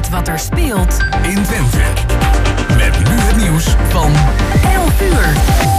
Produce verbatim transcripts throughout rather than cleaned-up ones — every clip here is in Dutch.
weet wat er speelt in Twente. Met nu het nieuws van elf uur.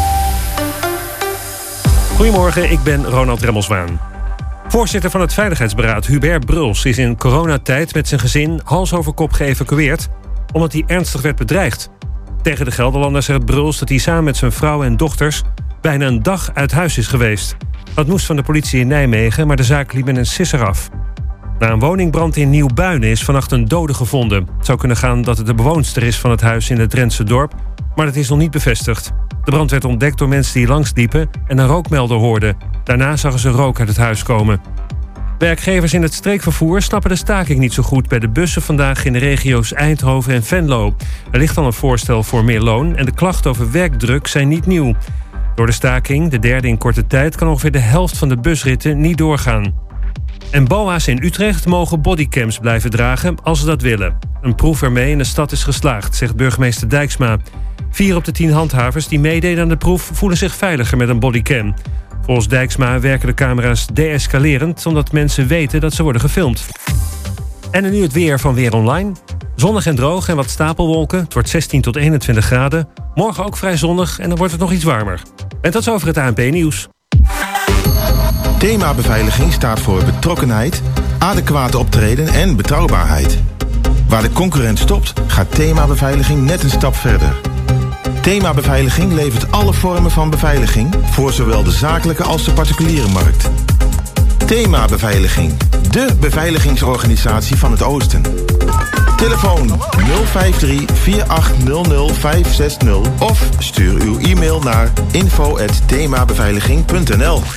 Goedemorgen, ik ben Ronald Remmelswaan. Voorzitter van het Veiligheidsberaad Hubert Bruls is in coronatijd met zijn gezin hals over kop geëvacueerd omdat hij ernstig werd bedreigd. Tegen de Gelderlander zegt Bruls dat hij samen met zijn vrouw en dochters bijna een dag uit huis is geweest. Dat moest van de politie in Nijmegen, maar de zaak liep met een sisser af. Na een woningbrand in Nieuw-Buinen is vannacht een dode gevonden. Het zou kunnen gaan dat het de bewoonster is van het huis in het Drentse dorp, maar dat is nog niet bevestigd. De brand werd ontdekt door mensen die langsliepen en een rookmelder hoorden. Daarna zagen ze rook uit het huis komen. Werkgevers in het streekvervoer snappen de staking niet zo goed bij de bussen vandaag in de regio's Eindhoven en Venlo. Er ligt al een voorstel voor meer loon en de klachten over werkdruk zijn niet nieuw. Door de staking, de derde in korte tijd, kan ongeveer de helft van de busritten niet doorgaan. En B O A's in Utrecht mogen bodycams blijven dragen als ze dat willen. Een proef ermee in de stad is geslaagd, zegt burgemeester Dijksma. Vier op de tien handhavers die meededen aan de proef voelen zich veiliger met een bodycam. Volgens Dijksma werken de camera's de-escalerend, omdat mensen weten dat ze worden gefilmd. En dan nu het weer van Weer Online. Zonnig en droog en wat stapelwolken. Het wordt zestien tot eenentwintig graden. Morgen ook vrij zonnig en dan wordt het nog iets warmer. En tot zover het A N P-nieuws. Thema beveiliging staat voor betrokkenheid, adequate optreden en betrouwbaarheid. Waar de concurrent stopt, gaat Thema Beveiliging net een stap verder. Thema Beveiliging levert alle vormen van beveiliging voor zowel de zakelijke als de particuliere markt. Thema Beveiliging, de beveiligingsorganisatie van het Oosten. Telefoon nul vijf drie vier acht nul nul vijf zes nul of stuur uw e-mail naar info at themabeveiliging punt n l.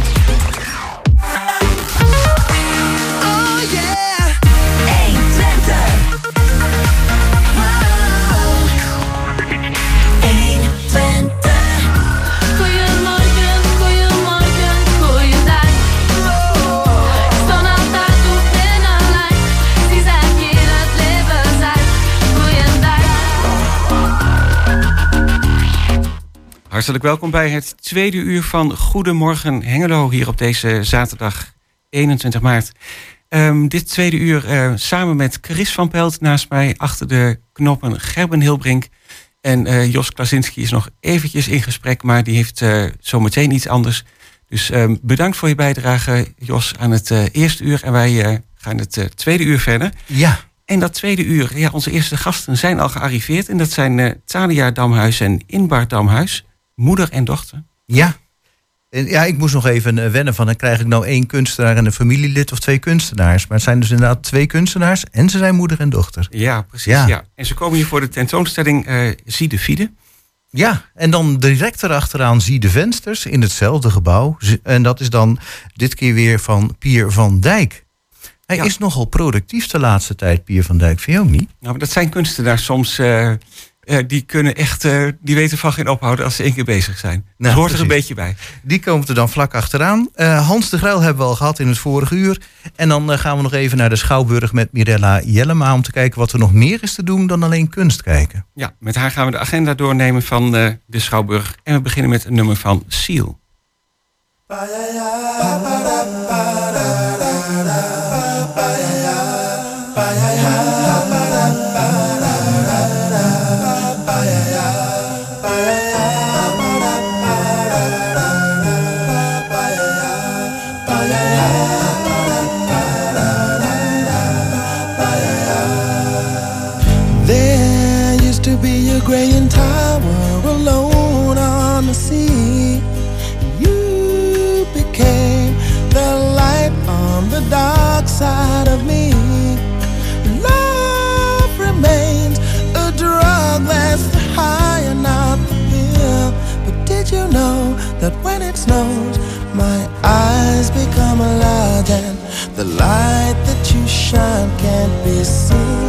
Hartelijk welkom bij het tweede uur van Goedemorgen Hengelo hier op deze zaterdag eenentwintig maart. Um, dit tweede uur uh, samen met Chris van Pelt naast mij achter de knoppen Gerben Hilbrink. En uh, Jos Klasinski is nog eventjes in gesprek, maar die heeft uh, zometeen iets anders. Dus um, bedankt voor je bijdrage, Jos, aan het uh, eerste uur. En wij uh, gaan het uh, tweede uur verder. Ja. En dat tweede uur, ja, onze eerste gasten zijn al gearriveerd. En dat zijn uh, Thalia Damhuis en Inbar Damhuis. Moeder en dochter. Ja. En ja, ik moest nog even wennen van, dan krijg ik nou één kunstenaar en een familielid of twee kunstenaars. Maar het zijn dus inderdaad twee kunstenaars en ze zijn moeder en dochter. Ja, precies. Ja. Ja. En ze komen hier voor de tentoonstelling uh, Zie de Fiede. Ja, en dan direct erachteraan Zie de Vensters in hetzelfde gebouw. En dat is dan dit keer weer van Pier van Dijk. Hij ja. is nogal productief de laatste tijd, Pier van Dijk. Vind je ook niet? Nou, maar dat zijn kunstenaars soms... Uh, Uh, die kunnen echt, uh, die weten van geen ophouden als ze één keer bezig zijn. Nou, dat hoort precies. Er een beetje bij. Die komen er dan vlak achteraan. Uh, Hans de Gruyl hebben we al gehad in het vorige uur. En dan uh, gaan we nog even naar de Schouwburg met Mirella Jellema om te kijken wat er nog meer is te doen dan alleen kunst kijken. Ja, met haar gaan we de agenda doornemen van uh, de Schouwburg. En we beginnen met een nummer van Seal. Graying tower alone on the sea. You became the light on the dark side of me. Love remains a drug that's the high and not the pill. But did you know that when it snows, my eyes become large and the light that you shine can't be seen?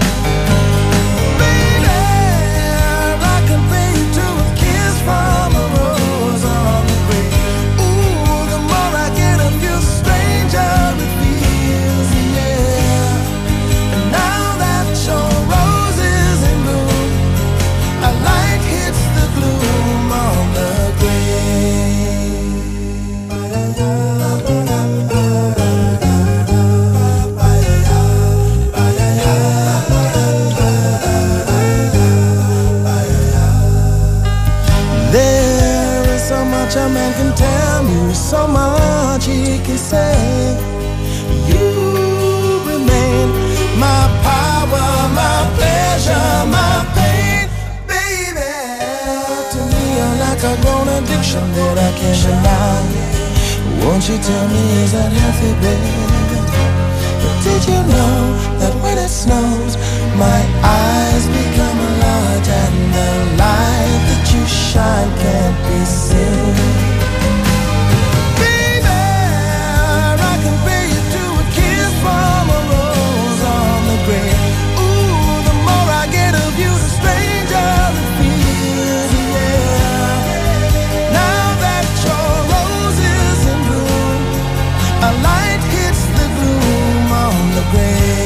From a rose on the grave. Ooh, the more I get of you, stranger it feels, yeah. And now that your rose is in bloom, a light hits the gloom on the grave. Bye, bye, bye, bye, bye, bye. so much he can say. You remain my power, my pleasure, my pain, baby. To me, you're like a grown addiction that I can't deny. Won't you tell me, is that healthy, baby? But did you know that when it snows, my eyes become large and the light that you shine can't be seen? Baby, I compare you to a kiss from a rose on the grave. Ooh, the more I get of you, the stranger it feels, yeah. Now that your rose is in bloom, a light hits the gloom on the grave.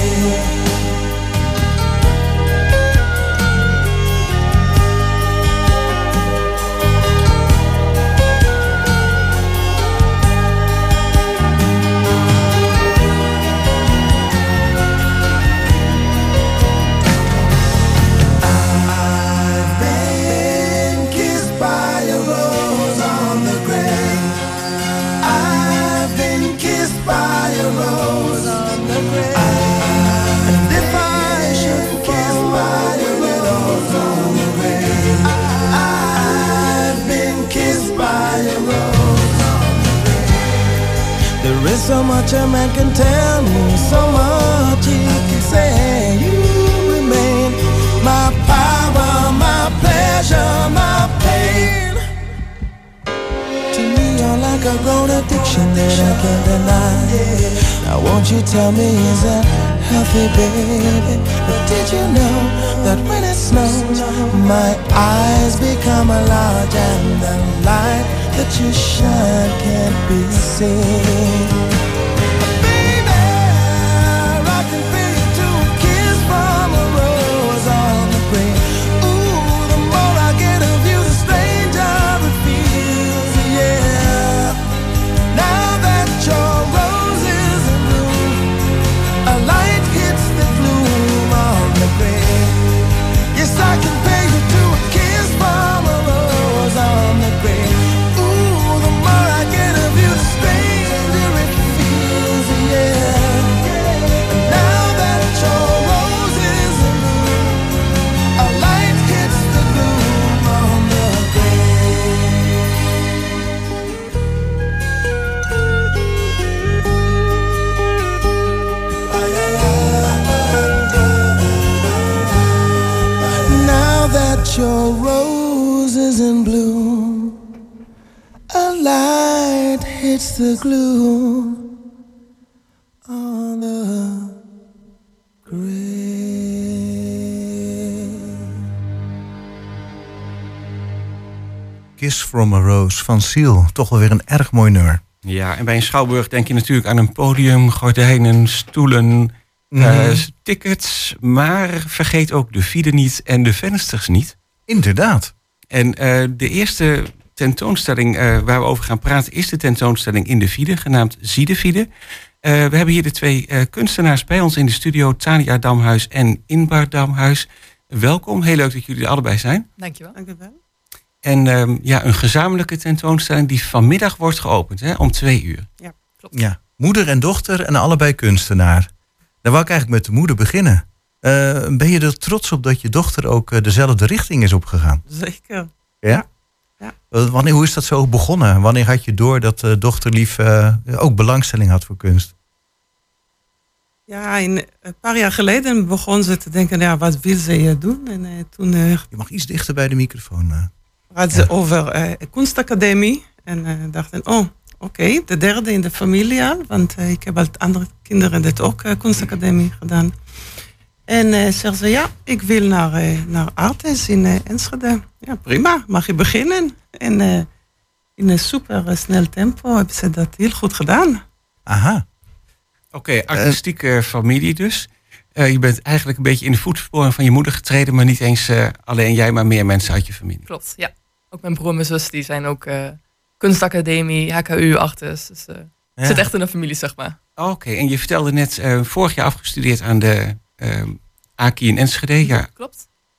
There is so much a man can tell me, so much he can say. You remain my power, my pleasure, my pain. To me, you're like a grown addiction that I can't deny. Now won't you tell me, is that healthy, baby? But did you know that when it snows, my eyes become large and the light that you shine can't be seen? Baby, I can feel you to a kiss from a rose on the grave. Ooh, the more I get of you, the stranger it feels, yeah. Now that your rose is in bloom, a light hits the gloom on the grave. Yes, I can pay you to a kiss from a rose on the grave. Your rose is in bloom, a light hits the gloom on the grave. Kiss from a Rose van Seal. Toch wel weer een erg mooi nummer. Ja, en bij een schouwburg denk je natuurlijk aan een podium, gordijnen, stoelen, mm. uh, tickets. Maar vergeet ook de file niet en de vensters niet. Inderdaad. En uh, de eerste tentoonstelling uh, waar we over gaan praten is de tentoonstelling in de Fide, genaamd Zie de Fide. Uh, we hebben hier de twee uh, kunstenaars bij ons in de studio, Tania Damhuis en Inbar Damhuis. Welkom, heel leuk dat jullie er allebei zijn. Dankjewel. Dankjewel. En um, ja, een gezamenlijke tentoonstelling die vanmiddag wordt geopend, hè, om twee uur. Ja, klopt. Ja, moeder en dochter en allebei kunstenaar. Daar wou ik eigenlijk met de moeder beginnen. Uh, ben je er trots op dat je dochter ook uh, dezelfde richting is opgegaan? Zeker. Ja? Ja. Uh, wanneer, hoe is dat zo begonnen? Wanneer had je door dat uh, dochterlief uh, ook belangstelling had voor kunst? Ja, in, een paar jaar geleden begon ze te denken, ja, wat wil ze hier doen? En uh, toen... Uh, je mag iets dichter bij de microfoon. Uh. had ze ja. over uh, een kunstacademie. En uh, dachten, oh, oké, okay, de derde in de familie al. Want uh, ik heb al andere kinderen dit ook uh, kunstacademie gedaan. En uh, zegt ze, ja, ik wil naar, uh, naar Artes in uh, Enschede. Ja, prima, mag je beginnen. En uh, in een super uh, snel tempo hebben ze dat heel goed gedaan. Aha. Oké, okay, artistieke uh, familie dus. Uh, je bent eigenlijk een beetje in de voetsporen van je moeder getreden, maar niet eens uh, alleen jij, maar meer mensen uit je familie. Klopt, ja. Ook mijn broer en mijn zus, die zijn ook uh, kunstacademie, H K U, Artes. Dus uh, ja. zit echt in een familie, zeg maar. Oké, okay, en je vertelde net, uh, vorig jaar afgestudeerd aan de uh, A K I in Enschede. Ja. Klopt.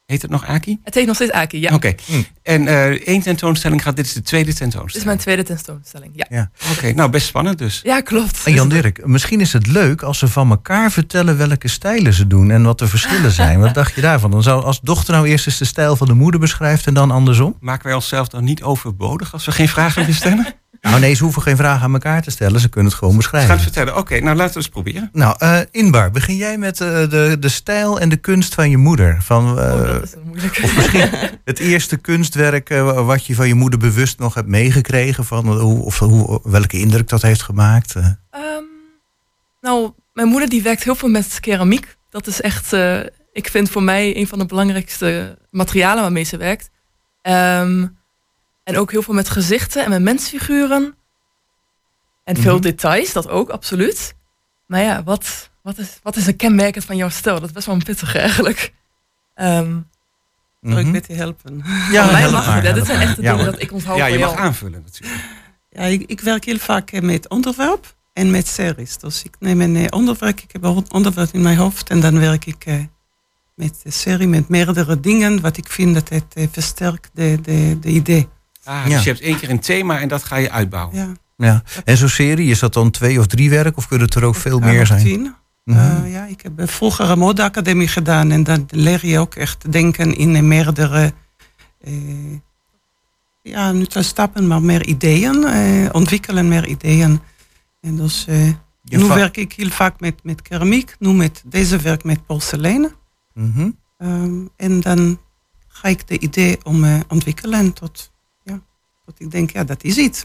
Heet het nog Aki? Het heet nog steeds Aki, ja. Oké. Okay. Mm. En uh, één tentoonstelling gaat, dit is de tweede tentoonstelling. Dit is mijn tweede tentoonstelling, ja. ja. Oké, okay, nou best spannend dus. Ja, klopt. En Jan Dirk, misschien is het leuk als ze van elkaar vertellen welke stijlen ze doen en wat de verschillen zijn. Wat dacht je daarvan? Dan zou als dochter nou eerst eens de stijl van de moeder beschrijft en dan andersom? Maken wij onszelf dan niet overbodig als we geen vragen willen stellen? Nou nee, ze hoeven geen vragen aan elkaar te stellen. Ze kunnen het gewoon beschrijven. Ze gaan het vertellen. Oké, okay, nou laten we eens proberen. Nou, uh, Inbar, begin jij met uh, de, de stijl en de kunst van je moeder. Van, uh, oh, dat is moeilijk. Of misschien het eerste kunstwerk uh, wat je van je moeder bewust nog hebt meegekregen. Van, uh, hoe, of hoe, welke indruk dat heeft gemaakt. Uh. Um, nou, mijn moeder die werkt heel veel met keramiek. Dat is echt, uh, ik vind voor mij een van de belangrijkste materialen waarmee ze werkt. Um, En ook heel veel met gezichten en met mensfiguren. En veel mm-hmm. details, dat ook, absoluut. Maar ja, wat, wat, is, wat is een kenmerkend van jouw stijl? Dat is best wel een pittige eigenlijk. Um, Zal ik met je helpen? Ja, oh, mij mag maar, ja, dit zijn echt de ja, dingen dat ik onthoud ja, van je jou. mag aanvullen natuurlijk. Ja, ik, ik werk heel vaak met onderwerp en met series. Dus ik neem een uh, onderwerp, ik heb een onderwerp in mijn hoofd. En dan werk ik uh, met de serie, met meerdere dingen. Wat ik vind dat het uh, versterkt de, de, de idee. Ah, dus ja. je hebt één keer een thema en dat ga je uitbouwen. Ja. Ja. En zo'n serie, is dat dan twee of drie werk of kunnen het er ook veel ja, meer zijn? Tien. Mm-hmm. Uh, ja, ik heb vroeger een modeacademie gedaan en dan leer je ook echt denken in meerdere, uh, ja, niet stappen, maar meer ideeën, uh, ontwikkelen meer ideeën. En dus uh, nu va- werk ik heel vaak met, met keramiek, nu met deze werk met porselein. Mm-hmm. Um, en dan ga ik de idee om uh, ontwikkelen tot, ja, tot ik denk, ja, dat is iets.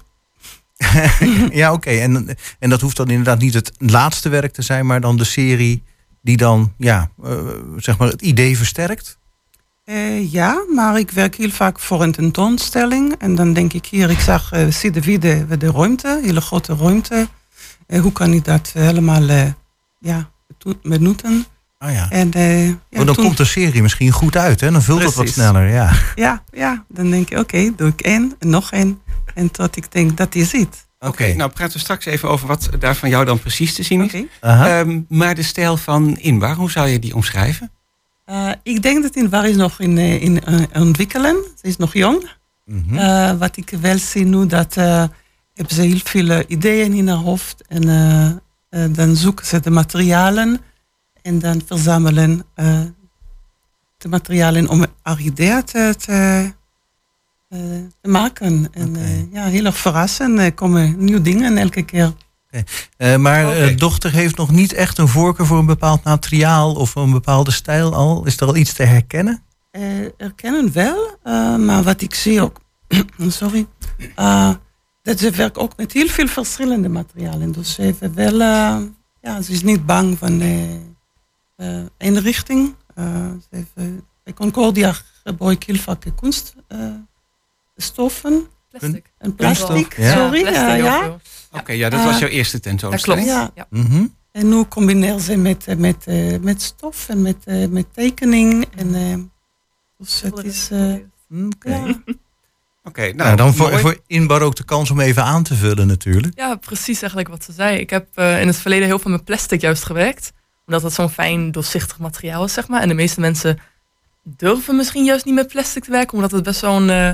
Ja, oké. Okay. En, en dat hoeft dan inderdaad niet het laatste werk te zijn, maar dan de serie die dan, ja, uh, zeg maar het idee versterkt? Uh, ja, maar ik werk heel vaak voor een tentoonstelling. En dan denk ik hier, ik zag, uh, zie de wie de ruimte, hele grote ruimte. Uh, hoe kan ik dat helemaal uh, ja, benutten? Oh ja. En, uh, ja, oh, dan toen... komt de serie misschien goed uit, hè? Dan vult het wat sneller, ja. Ja, ja, dan denk ik, oké, okay, doe ik één en nog één. En tot ik denk, dat is het. Oké, okay, nou praten we straks even over wat daar van jou dan precies te zien is. Okay. Um, maar de stijl van Inbar, hoe zou je die omschrijven? Uh, ik denk dat Inbar is nog in, uh, in uh, ontwikkelen. Ze is nog jong. Mm-hmm. Uh, wat ik wel zie nu, dat uh, hebben ze heel veel ideeën in haar hoofd. En uh, uh, dan zoeken ze de materialen. En dan verzamelen uh, de materialen om haar ideeën te, te, uh, te maken. En okay. uh, ja, heel erg verrassend. Er komen nieuwe dingen elke keer. Okay. Uh, maar okay. uh, dochter heeft nog niet echt een voorkeur voor een bepaald materiaal of een bepaalde stijl al. Is er al iets te herkennen? Uh, herkennen wel, uh, maar wat ik zie ook, sorry, uh, dat ze werkt ook met heel veel verschillende materialen. Dus ze heeft wel, uh, ja, ze is niet bang van de uh, één richting. Uh, ze heeft, uh, bij Concordia gebruik ik heel vaak kunststoffen. Uh, Plastic. En plastic, ja. sorry. Plastic, uh, ja. Oké, okay, ja, dat was jouw eerste tentoonstelling. Dat klopt. Ja. Ja. Mm-hmm. En nu combineer ze met, met, uh, met stof en met, uh, met tekening. En, uh, dus het is... Uh, Oké. Okay. Ja. Okay, nou, nou, dan voor, voor Inbar ook de kans om even aan te vullen natuurlijk. Ja, precies eigenlijk wat ze zei. Ik heb uh, in het verleden heel veel met plastic juist gewerkt. Omdat het zo'n fijn, doorzichtig materiaal is, zeg maar. En de meeste mensen durven misschien juist niet met plastic te werken. Omdat het best zo'n... Uh,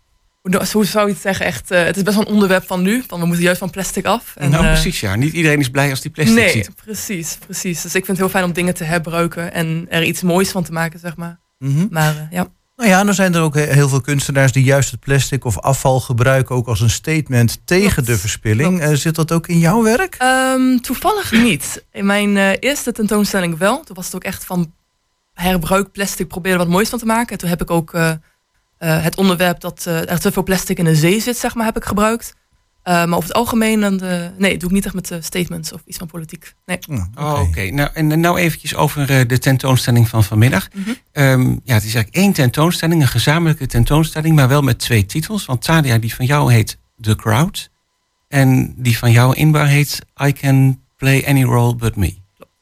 hoe zou je het zeggen? Echt, uh, het is best wel een onderwerp van nu. Van we moeten juist van plastic af. En, nou, uh, precies ja. Niet iedereen is blij als die plastic nee, ziet. Nee, precies, precies. Dus ik vind het heel fijn om dingen te herbruiken. En er iets moois van te maken, zeg maar. Mm-hmm. Maar uh, ja... Nou ja, dan zijn er ook heel veel kunstenaars die juist het plastic of afval gebruiken ook als een statement tegen Klopt. de verspilling. Uh, zit dat ook in jouw werk? Um, toevallig niet. In mijn uh, eerste tentoonstelling wel. Toen was het ook echt van herbruik plastic, proberen wat moois van te maken. En toen heb ik ook uh, uh, het onderwerp dat uh, er te veel plastic in de zee zit, zeg maar, heb ik gebruikt. Uh, maar over het algemeen, dan de, nee, doe ik niet echt met uh, statements of iets van politiek. Nee. Oh, Oké, okay. oh, okay. nou, en nou eventjes over uh, de tentoonstelling van vanmiddag. Mm-hmm. Um, ja, het is eigenlijk één tentoonstelling, een gezamenlijke tentoonstelling, maar wel met twee titels. Want Talia, die van jou heet The Crowd. En die van jou, Inbar, heet I Can Play Any Role But Me.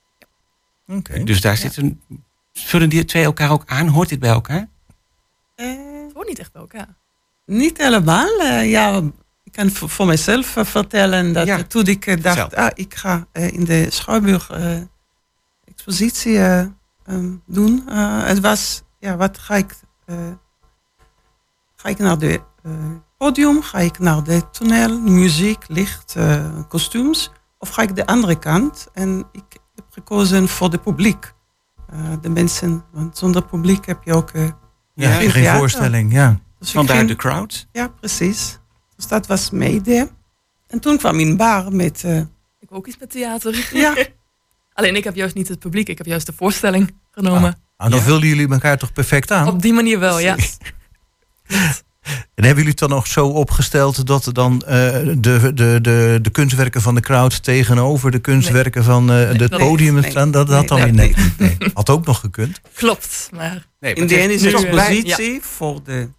Oké. Okay. Dus daar ja. zitten, vullen die twee elkaar ook aan? Hoort dit bij elkaar? Uh, het hoort niet echt bij elkaar. Niet helemaal, uh, ja... Ik kan voor, voor mezelf uh, vertellen dat ja. uh, toen ik uh, dacht, ah, ik ga uh, in de Schouwburg uh, expositie uh, um, doen. Uh, het was ja, wat ga ik... Uh, ga ik naar de uh, podium? Ga ik naar de toneel, muziek, licht, uh, kostuums? Of ga ik de andere kant? En ik heb gekozen voor de publiek. Uh, de mensen, want zonder publiek heb je ook... Uh, ja, geen, geen voorstelling, ja. Dus vandaar ging, de crowd? Ja, precies. Dus dat was mijn idee. En toen kwam in bar met... Uh, ik wil ook iets met theater. Ja. Alleen ik heb juist niet het publiek, ik heb juist de voorstelling genomen. Ah, ah, dan ja. vullen jullie elkaar toch perfect aan? Op die manier wel, precies. Ja. En hebben jullie het dan nog zo opgesteld dat er dan uh, de, de, de, de kunstwerken van de crowd tegenover de kunstwerken nee. van uh, nee, het podium nee, staan? Dat had dan weer nee. nee. nee. Had ook nog gekund. Klopt, maar... Nee, in de ene is het nu, expositie ja. voor de...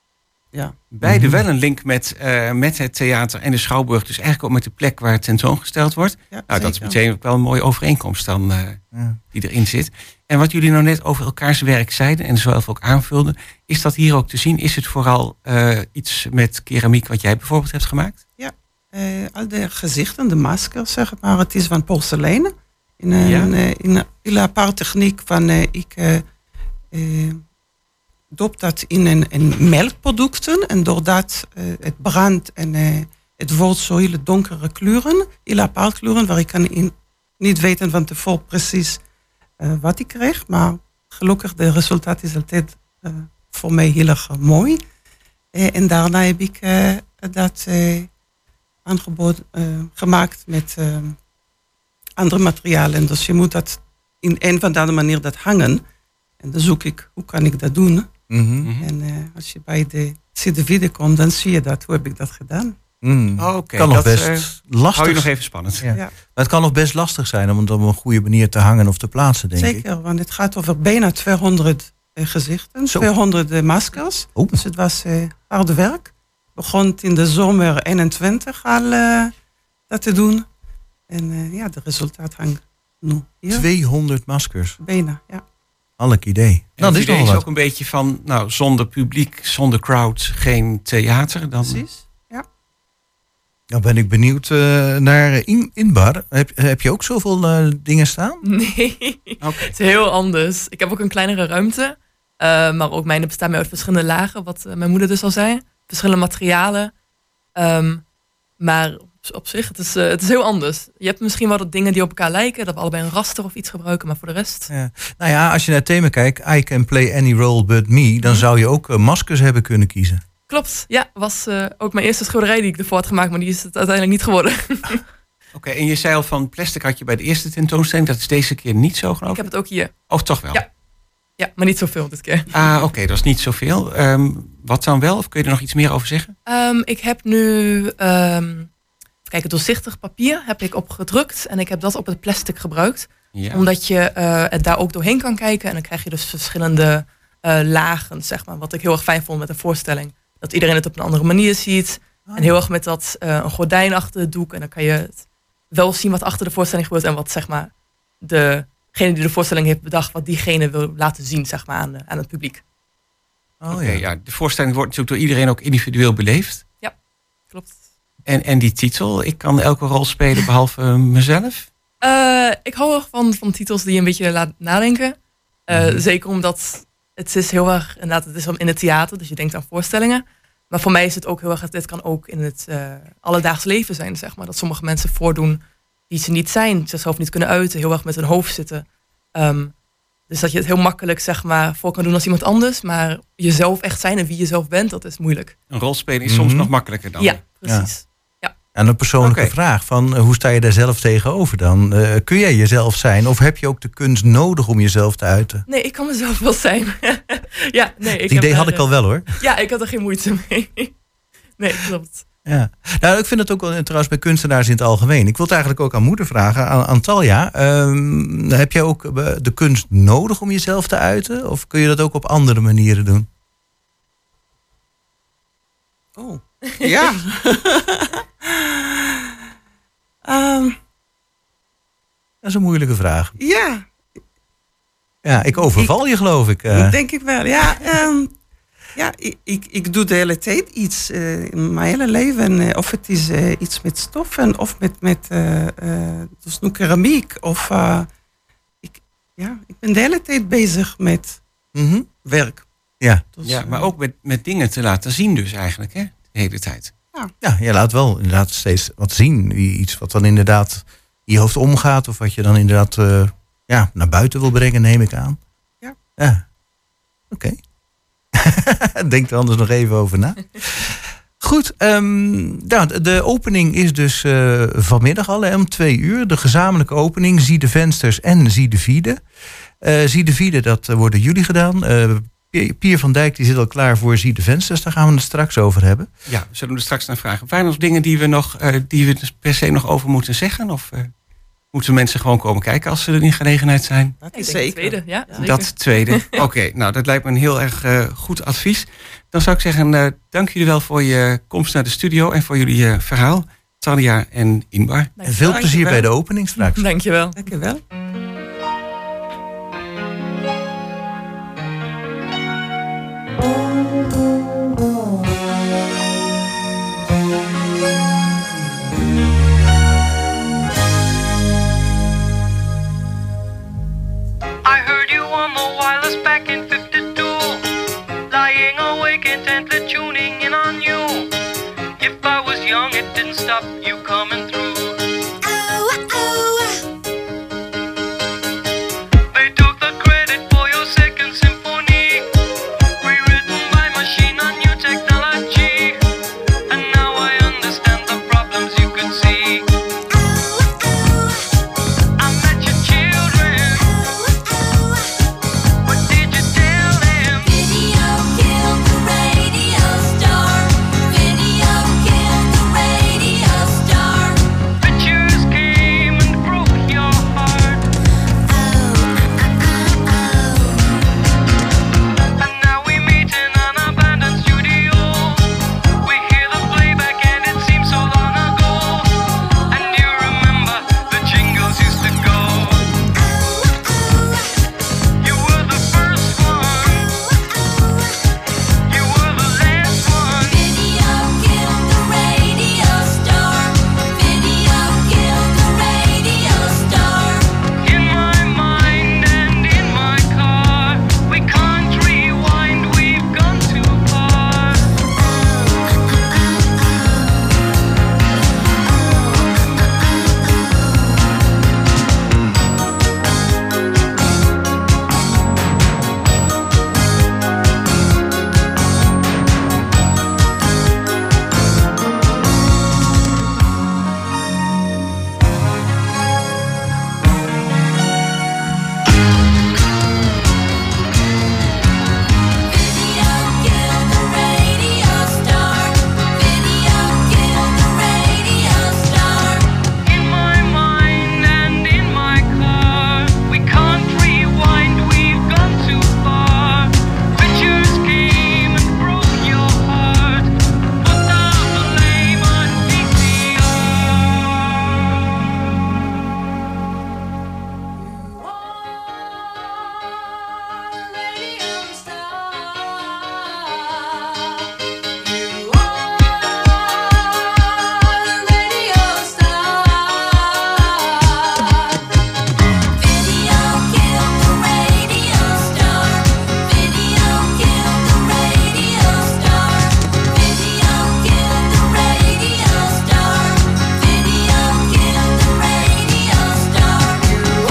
Ja. Beide wel een link met, uh, met het theater en de Schouwburg. Dus eigenlijk ook met de plek waar het tentoongesteld wordt. Ja, nou, dat is meteen ook wel een mooie overeenkomst dan uh, ja. die erin zit. En wat jullie nou net over elkaars werk zeiden en zelf ook aanvulden, is dat hier ook te zien? Is het vooral uh, iets met keramiek wat jij bijvoorbeeld hebt gemaakt? Ja, uh, al de gezichten, de maskers zeg maar, het is van porselein. In een, ja. uh, in een hele aparte techniek van uh, ik uh, uh, doop dat in een, een melkproducten en doordat uh, het brandt en uh, het wordt zo hele donkere kleuren, hele apart kleuren waar ik kan in, niet weten van tevoren precies Uh, wat ik kreeg, maar gelukkig de resultaat is altijd uh, voor mij heel erg uh, mooi. Uh, en daarna heb ik uh, dat uh, aangebod uh, gemaakt met uh, andere materialen. Dus je moet dat in een of andere manier dat hangen. En dan zoek ik, hoe kan ik dat doen? Mm-hmm. En uh, als je bij de C D V komt, dan zie je dat. Hoe heb ik dat gedaan? Mm. Oh, okay. Kan nog dat, best uh, lastig. Hou je nog even spannend. Ja. Ja. Maar het kan nog best lastig zijn om het op een goede manier te hangen of te plaatsen, denk Zeker, ik. Zeker, want het gaat over bijna tweehonderd uh, gezichten, Zo. tweehonderd uh, maskers. Oh. Dus het was uh, hard werk. Begon in de zomer eenentwintig al uh, dat te doen. En uh, ja, de resultaat hangt nu hier. tweehonderd maskers. Bijna, ja. Alk idee. Nou, dat is, is ook een beetje van, nou, zonder publiek, zonder crowd, geen theater. Dan... Precies. Nou ben ik benieuwd uh, naar in, Inbar. Heb, heb je ook zoveel uh, dingen staan? Nee, okay. Het is heel anders. Ik heb ook een kleinere ruimte. Uh, maar ook mijne bestaan uit verschillende lagen, wat uh, mijn moeder dus al zei. Verschillende materialen. Um, maar op zich, het is, uh, het is heel anders. Je hebt misschien wel dat dingen die op elkaar lijken. Dat we allebei een raster of iets gebruiken, maar voor de rest... Ja. Nou ja, als je naar het thema kijkt, I can play any role but me. Dan mm-hmm. zou je ook uh, maskers hebben kunnen kiezen. Klopt, ja. Was uh, ook mijn eerste schilderij die ik ervoor had gemaakt, maar die is het uiteindelijk niet geworden. Oké, okay, en je zei al van plastic had je bij de eerste tentoonstelling. Dat is deze keer niet zo, geloof ik? Ik heb het ook hier. Oh, toch wel? Ja, ja maar niet zoveel dit keer. Ah, oké, okay, dat is niet zoveel. Um, wat dan wel? Of kun je er nog iets meer over zeggen? Um, ik heb nu, um, kijk, doorzichtig papier heb ik opgedrukt. En ik heb dat op het plastic gebruikt. Ja. Omdat je uh, het daar ook doorheen kan kijken. En dan krijg je dus verschillende uh, lagen, zeg maar. Wat ik heel erg fijn vond met de voorstelling. Dat iedereen het op een andere manier ziet. Oh. En heel erg met dat uh, een gordijn achter het doek. En dan kan je het wel zien wat achter de voorstelling gebeurt. En wat, zeg maar, degene die de voorstelling heeft bedacht, wat diegene wil laten zien, zeg maar, aan, de, aan het publiek. Oh, Oké, okay, ja. De voorstelling wordt natuurlijk door iedereen ook individueel beleefd. Ja, klopt. En, en die titel, ik kan elke rol spelen behalve mezelf? Uh, ik hou erg van, van titels die je een beetje laten nadenken. Uh, mm-hmm. Zeker omdat het is heel erg, inderdaad, het is in het theater, dus je denkt aan voorstellingen. Maar voor mij is het ook heel erg, dit kan ook in het uh, alledaags leven zijn, zeg maar. Dat sommige mensen voordoen die ze niet zijn, zichzelf niet kunnen uiten, heel erg met hun hoofd zitten. Um, dus dat je het heel makkelijk, zeg maar, voor kan doen als iemand anders. Maar jezelf echt zijn en wie je zelf bent, dat is moeilijk. Een rol spelen is mm-hmm. soms nog makkelijker dan. Ja, precies. Ja. Ja. En een persoonlijke okay. vraag van, uh, hoe sta je daar zelf tegenover dan? Uh, kun jij jezelf zijn of heb je ook de kunst nodig om jezelf te uiten? Nee, ik kan mezelf wel zijn. ja, nee, ik Het idee heb had er, ik al wel hoor. Ja, ik had er geen moeite mee. nee, klopt. Ja. Nou, ik vind het ook wel trouwens bij kunstenaars in het algemeen. Ik wil het eigenlijk ook aan moeder vragen, aan, aan Talja. Um, heb jij ook de kunst nodig om jezelf te uiten? Of kun je dat ook op andere manieren doen? Oh, ja. um, dat is een moeilijke vraag. Ja. Ja, ik overval ik, je geloof ik. Uh. Denk ik wel, ja. Um, Ja, ik, ik, ik doe de hele tijd iets uh, in mijn hele leven. Uh, of het is uh, iets met stoffen of met, met uh, uh, dus nu keramiek. Of, uh, ik, ja, ik ben de hele tijd bezig met mm-hmm. werk. Ja. Dus, Ja, eh, maar ook met, met dingen te laten zien dus eigenlijk, hè? De hele tijd. Ja, je laat wel inderdaad steeds wat zien. Iets wat dan inderdaad in je hoofd omgaat. Of wat je dan inderdaad uh, ja, naar buiten wil brengen, neem ik aan. Ja. Ja. Oké. Okay. Denk er anders nog even over na. Goed, um, nou, de opening is dus uh, vanmiddag al hè, om twee uur. De gezamenlijke opening, Zie de Vensters en Zie de Vierde. Uh, Zie de Vierde, dat uh, worden jullie gedaan. Uh, Pier van Dijk die zit al klaar voor Zie de Vensters. Daar gaan we het straks over hebben. Ja, we zullen er straks naar vragen. Zijn er nog dingen die we nog uh, die we per se nog over moeten zeggen? Of uh, moeten mensen gewoon komen kijken als ze er in gelegenheid zijn? Dat Ik is denk zeker. de tweede, ja, zeker. Dat tweede. Oké, okay, nou dat lijkt me een heel erg uh, goed advies. Dan zou ik zeggen, uh, dank jullie wel voor je komst naar de studio en voor jullie uh, verhaal. Talia en Inbar. En veel plezier Dankjewel. bij de opening straks. Dankjewel. Dankjewel. I heard you on the wireless back in fifty-two, lying awake intently tuning in on you. If I was young, it didn't stop you coming through. They took the credit for your second symphony, rewritten by machine on new technology. And now I understand the problems you could see. I met your children. What did you tell them? Video killed the radio star. Video killed the radio star. Pictures came and broke your heart. And now we meet in an abandoned studio. We hear the playback and it seems so long ago. And you remember the jingles used to go. You were the first one. You were the last one. Video killed the radio star. Video killed the radio star. In my mind and in my car, we can't rewind, we've gone too far. Video killed the radio star. Video killed the radio star. In my mind and in my car, we can't rewind, we've gone too far. Pictures came and broke your heart. Put down the blame on V C Video killed the radio star. Video killed the radio star. Video killed the radio star. Video killed the radio star. Video killed the radio star. Video killed the radio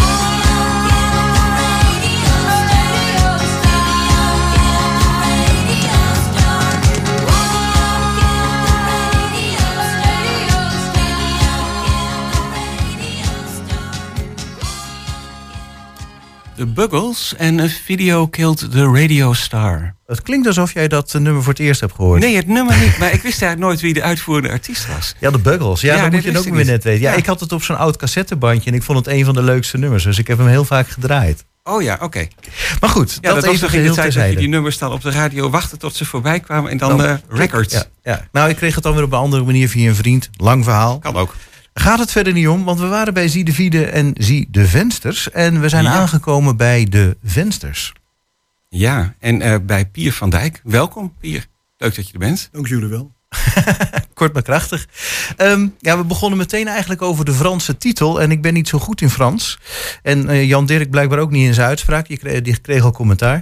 De Buggles en A Video Killed the Radio Star. Het klinkt alsof jij dat uh, nummer voor het eerst hebt gehoord. Nee, het nummer niet, maar ik wist eigenlijk nooit wie de uitvoerende artiest was. Ja, de Buggles. Ja, Ja, dan dit moet je het wist ook ik weer niet. net weten. Ja, Ja. ik had het op zo'n oud cassettebandje en ik vond het een van de leukste nummers. Dus ik heb hem heel vaak gedraaid. Oh ja, oké. Ja, Maar goed, dat, dat, was even nog in de geheel tijd dat je terzijde. die nummers dan op de radio wachtte tot ze voorbij kwamen en dan Dan- uh, records. Ja, ja. Nou, ik kreeg het dan weer op een andere manier via een vriend. Lang verhaal. Kan ook. Gaat het verder niet om, want we waren bij Zie de Vierde en Zie de Vensters. En we zijn Ja. aangekomen bij de Vensters. Ja, en uh, bij Pier van Dijk. Welkom, Pier. Leuk dat je er bent. Dank jullie wel. Kort maar krachtig. Um, ja, we begonnen meteen eigenlijk over de Franse titel. En ik ben niet zo goed in Frans. En uh, Jan Dirk blijkbaar ook niet in zijn uitspraak. Je kreeg, die kreeg al commentaar.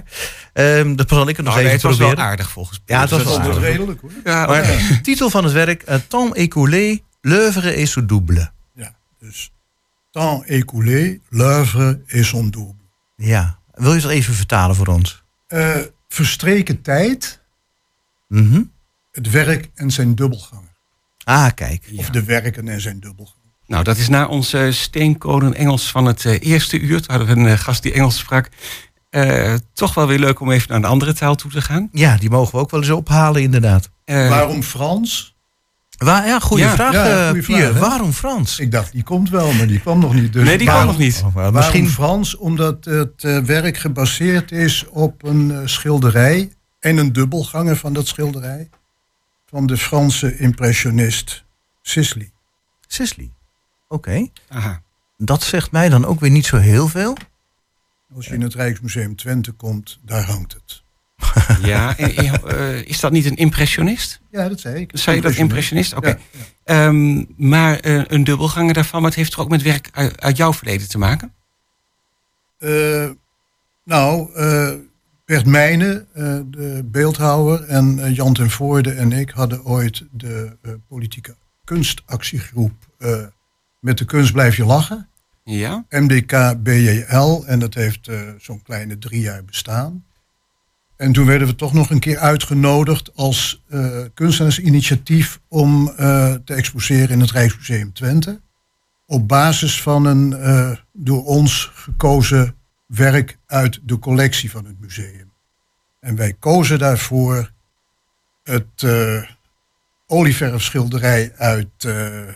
Um, dat zal ik het nog Nou, nee, even het was proberen. wel aardig volgens Ja, het was Dat wel is aardig. redelijk hoor. Ja, Maar oké. de titel van het werk, uh, Temps écoulé, l'œuvre et son double. Ja, dus temps écoulé, l'œuvre et son double. Ja, wil je het even vertalen voor ons? Uh, verstreken tijd, Mhm. het werk en zijn dubbelganger. Ah, kijk. Of de werken en zijn dubbelganger. Nou, dat is na ons uh, steenkolen Engels van het uh, eerste uur. Toen hadden we een uh, gast die Engels sprak. Uh, toch wel weer leuk om even naar een andere taal toe te gaan. Ja, die mogen we ook wel eens ophalen, inderdaad. Uh, Waarom Frans? Waar, ja, goede Ja, vraag, ja, uh, goeie Pier. vraag, hè? Waarom Frans? Ik dacht, die komt wel, maar die kwam nog niet. Dus nee, die waarom- kan nog niet. Oh, maar Misschien misschien Frans, omdat het uh, werk gebaseerd is op een uh, schilderij en een dubbelganger van dat schilderij van de Franse impressionist Sisley. Sisley. Oké. Aha. Dat zegt mij dan ook weer niet zo heel veel. Als je in het Rijksmuseum Twente komt, daar hangt het. Ja, en, uh, is dat niet een impressionist? Ja, dat zei ik. Zei je dat impressionist? Oké. Ja, ja. Um, maar uh, een dubbelganger daarvan, maar het heeft toch ook met werk uit, uit jouw verleden te maken? Uh, nou, uh, Bert Meijnen, uh, de beeldhouwer, en uh, Jan ten Voorde en ik hadden ooit de uh, politieke kunstactiegroep uh, Met de kunst blijf je lachen. Ja. M D K B J L. En dat heeft uh, zo'n kleine drie jaar bestaan. En toen werden we toch nog een keer uitgenodigd als uh, kunstenaarsinitiatief om uh, te exposeren in het Rijksmuseum Twente. Op basis van een uh, door ons gekozen werk uit de collectie van het museum. En wij kozen daarvoor het uh, olieverfschilderij uit uh, uh,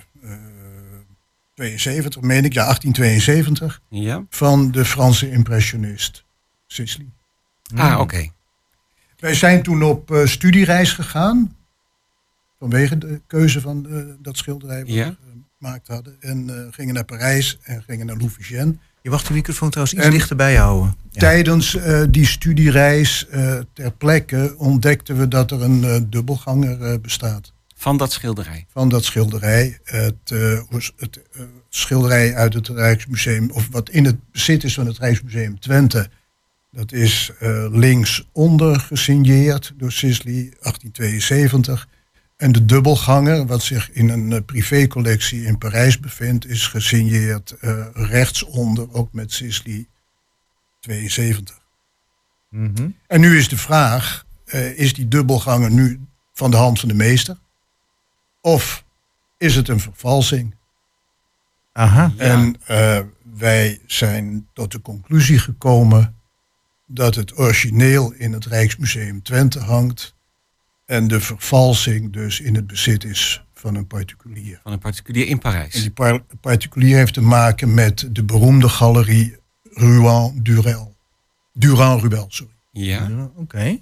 tweeënzeventig, meen ik, ja, achttien tweeënzeventig, Ja. van de Franse impressionist Sisley. Ah, oké. Okay. Wij zijn toen op uh, studiereis gegaan, vanwege de keuze van uh, dat schilderij wat Ja. we gemaakt hadden. En uh, gingen naar Parijs en gingen naar Louveciennes. Je mag de microfoon trouwens iets En dichterbij houden. Ja. Tijdens uh, die studiereis uh, ter plekke ontdekten we dat er een uh, dubbelganger uh, bestaat. Van dat schilderij? Van dat schilderij. Het, uh, het uh, schilderij uit het Rijksmuseum, of wat in het bezit is van het Rijksmuseum Twente. Dat is uh, linksonder gesigneerd door Sisley, achttien tweeënzeventig. En de dubbelganger, wat zich in een uh, privécollectie in Parijs bevindt, is gesigneerd uh, rechtsonder, ook met Sisley, tweeënzeventig. Mm-hmm. En nu is de vraag, uh, is die dubbelganger nu van de hand van de meester? Of is het een vervalsing? Aha. Ja. En uh, wij zijn tot de conclusie gekomen dat het origineel in het Rijksmuseum Twente hangt en de vervalsing dus in het bezit is van een particulier. Van een particulier in Parijs. En die par- particulier heeft te maken met de beroemde galerie Ruan Durel. Durand Ruel, sorry. Ja. Ja, Oké. Okay.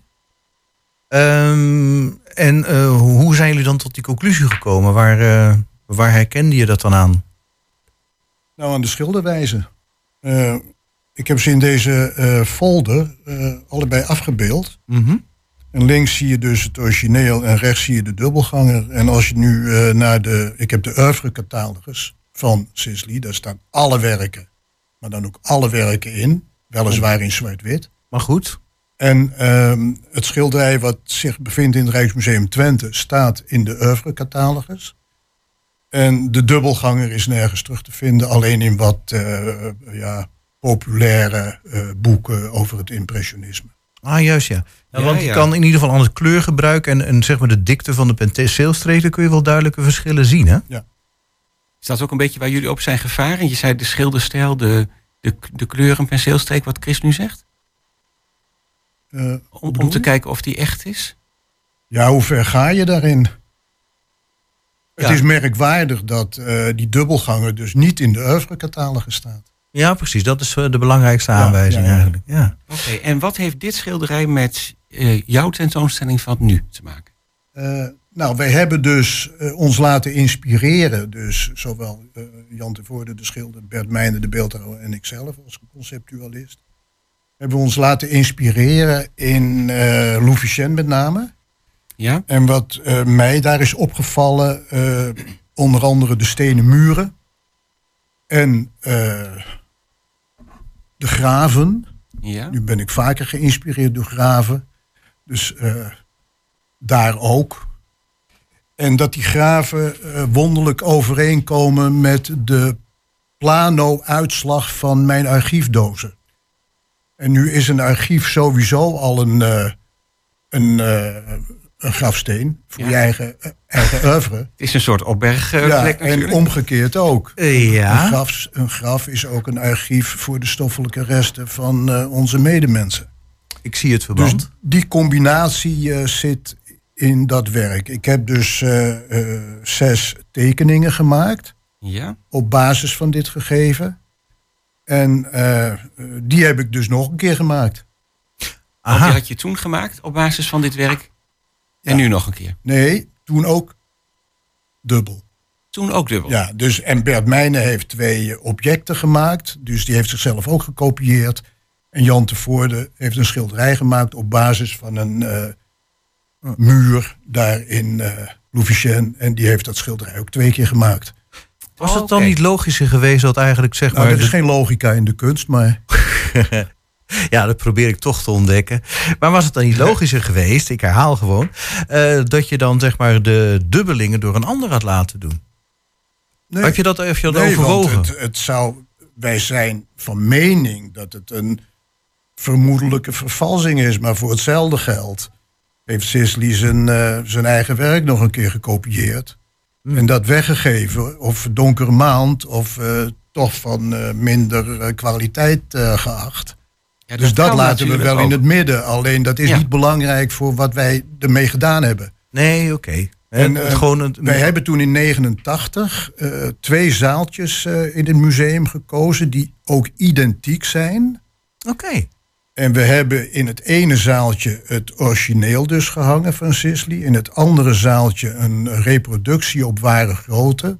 Um, en uh, hoe zijn jullie dan tot die conclusie gekomen? Waar, uh, waar herkende je dat dan aan? Nou, aan de schilderwijze. Uh, ik heb ze in deze uh, folder uh, allebei afgebeeld. Mm-hmm. En links zie je dus het origineel en rechts zie je de dubbelganger. En als je nu uh, naar de... Ik heb de oeuvre-catalogus van Sisley. Daar staan alle werken. Maar dan ook alle werken in. Weliswaar in zwart-wit. Maar goed. En um, het schilderij wat zich bevindt in het Rijksmuseum Twente staat in de oeuvre-catalogus. En de dubbelganger is nergens terug te vinden. Alleen in wat uh, ja, populaire uh, boeken over het impressionisme. Ah, juist ja. ja, Ja, want je ja. kan in ieder geval aan het kleurgebruik en, en zeg maar de dikte van de penseelstreken kun je wel duidelijke verschillen zien, hè? Is dat ook een beetje waar jullie op zijn gevaren? Je zei de schilderstijl, de, de, de kleuren, penseelstreek, wat Chris nu zegt? Uh, Om, om te kijken of die echt is? Ja, hoe ver ga je daarin? Het Ja. is merkwaardig dat uh, die dubbelganger dus niet in de oeuvre-catalogus staat. Ja, precies. Dat is uh, de belangrijkste aanwijzing ja, ja. eigenlijk. Ja. Oké, okay, en wat heeft dit schilderij met uh, jouw tentoonstelling van nu te maken? Uh, nou, wij hebben dus uh, ons laten inspireren. Dus zowel uh, Jan ten Voorde, de schilder, Bert Meijnen, de beeldhouwer en ikzelf als conceptualist. Hebben we ons laten inspireren in uh, Louveciennes met name. Ja? En wat uh, mij daar is opgevallen, uh, onder andere de stenen muren. En uh, de graven. Ja. Nu ben ik vaker geïnspireerd door graven. Dus uh, daar ook. En dat die graven uh, wonderlijk overeenkomen met de plano-uitslag van mijn archiefdozen. En nu is een archief sowieso al een, uh, een, uh, een grafsteen voor Ja. je eigen, uh, eigen oeuvre. Het is een soort opbergplek uh, Ja, plek en natuurlijk. omgekeerd ook. Ja. Een, graf, een graf is ook een archief voor de stoffelijke resten van uh, onze medemensen. Ik zie het verband. Dus die combinatie uh, zit in dat werk. Ik heb dus uh, uh, zes tekeningen gemaakt Ja. op basis van dit gegeven. En uh, die heb ik dus nog een keer gemaakt. Want die had je toen gemaakt op basis van dit werk. En Ja. nu nog een keer. Nee, toen ook dubbel. Toen ook dubbel. Ja, dus, en Bert Meijnen heeft twee objecten gemaakt. Dus die heeft zichzelf ook gekopieerd. En Jan te Voorde heeft een schilderij gemaakt op basis van een uh, muur daar in uh, Louveciennes. En die heeft dat schilderij ook twee keer gemaakt. Was Oh, het dan oké. niet logischer geweest dat eigenlijk zeg Nou, maar... er is de- geen logica in de kunst, maar Ja, dat probeer ik toch te ontdekken. Maar was het dan niet logischer geweest, ik herhaal gewoon... eh, dat je dan zeg maar de dubbelingen door een ander had laten doen? nee. Heb je dat, heb je dat Nee, overwogen? want het, het zou, wij zijn van mening dat het een vermoedelijke vervalsing is. Maar voor hetzelfde geld heeft Sisley zijn, uh, zijn eigen werk nog een keer gekopieerd. Hmm. En dat weggegeven. Of Donkere Maand. Of uh, toch van uh, minder uh, kwaliteit uh, geacht. Ja, Dus dat kan laten we natuurlijk wel in ook. het midden. Alleen dat is Ja. niet belangrijk voor wat wij ermee gedaan hebben. Nee, oké. En, En eh, het gewoon een, Wij hebben toen in negenentachtig uh, twee zaaltjes uh, in het museum gekozen die ook identiek zijn. Oké. En we hebben in het ene zaaltje het origineel dus gehangen van Sisley. In het andere zaaltje een reproductie op ware grootte.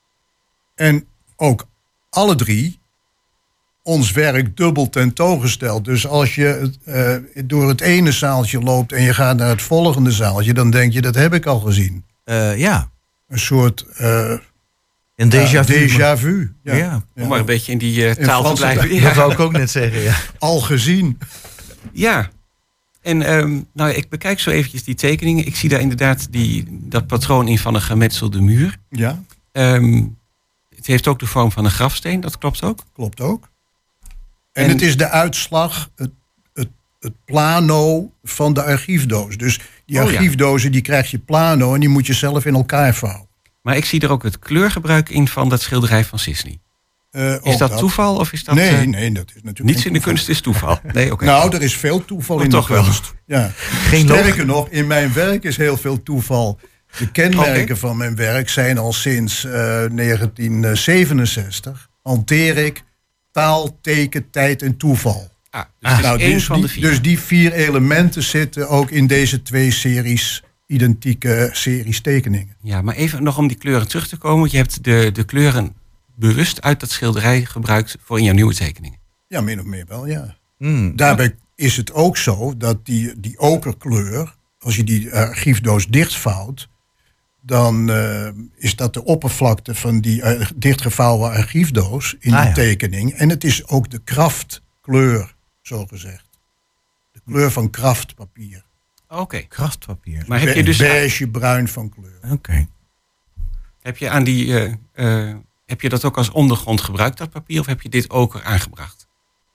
En ook alle drie ons werk dubbel tentoongesteld. Dus als je uh, door het ene zaaltje loopt en je gaat naar het volgende zaaltje, dan denk je, dat heb ik al gezien. Uh, ja, Een soort uh, een déjà ja, vu. déjà vu. Ja. Ja. Om maar een beetje in die uh, In taal te Frans blijven. te- Ja. Dat wou ik ook net zeggen, ja. Al gezien. Ja. En ehm, nou, ik bekijk zo eventjes die tekeningen. Ik zie daar inderdaad die, dat patroon in van een gemetselde muur. Ja, Ehm, het heeft ook de vorm van een grafsteen, dat klopt ook. klopt ook. En, En- het is de uitslag, het, het, het plano van de archiefdoos. Dus die Oh, ja. archiefdozen die krijg je plano en die moet je zelf in elkaar vouwen. Maar ik zie er ook het kleurgebruik in van dat schilderij van Sisley. Uh, Is ook dat, toeval of is dat... Nee, eh, nee, dat is natuurlijk niets geen in de toeval. kunst is toeval. Nee, oké. Nou, er is veel toeval Oh, in de toch wel. kunst. Ja. Geen Sterker nog, in mijn werk is heel veel toeval. De kenmerken van mijn werk zijn al sinds uh, negentien zevenenzestig. Hanteer ik taal, teken, tijd en toeval. Ah, dus het is Nou, één dus, van de die, vier. dus die vier elementen zitten ook in deze twee series, identieke series tekeningen. Ja, maar even nog om die kleuren terug te komen. Want je hebt de, de kleuren bewust uit dat schilderij gebruikt voor in jouw nieuwe tekeningen. Ja, min of meer wel, ja. Hmm. Daarbij is het ook zo dat die, die okerkleur, als je die archiefdoos dichtvouwt, dan uh, is dat de oppervlakte van die uh, dichtgevouwen archiefdoos in Ah, de ja. En het is ook de kraftkleur, zo gezegd. De kleur van kraftpapier. Oké. Krachtpapier. Maar heb je dus beige, bruin van kleur. Oké. heb je aan die uh, uh, heb je dat ook als ondergrond gebruikt, dat papier, of heb je dit ook aangebracht?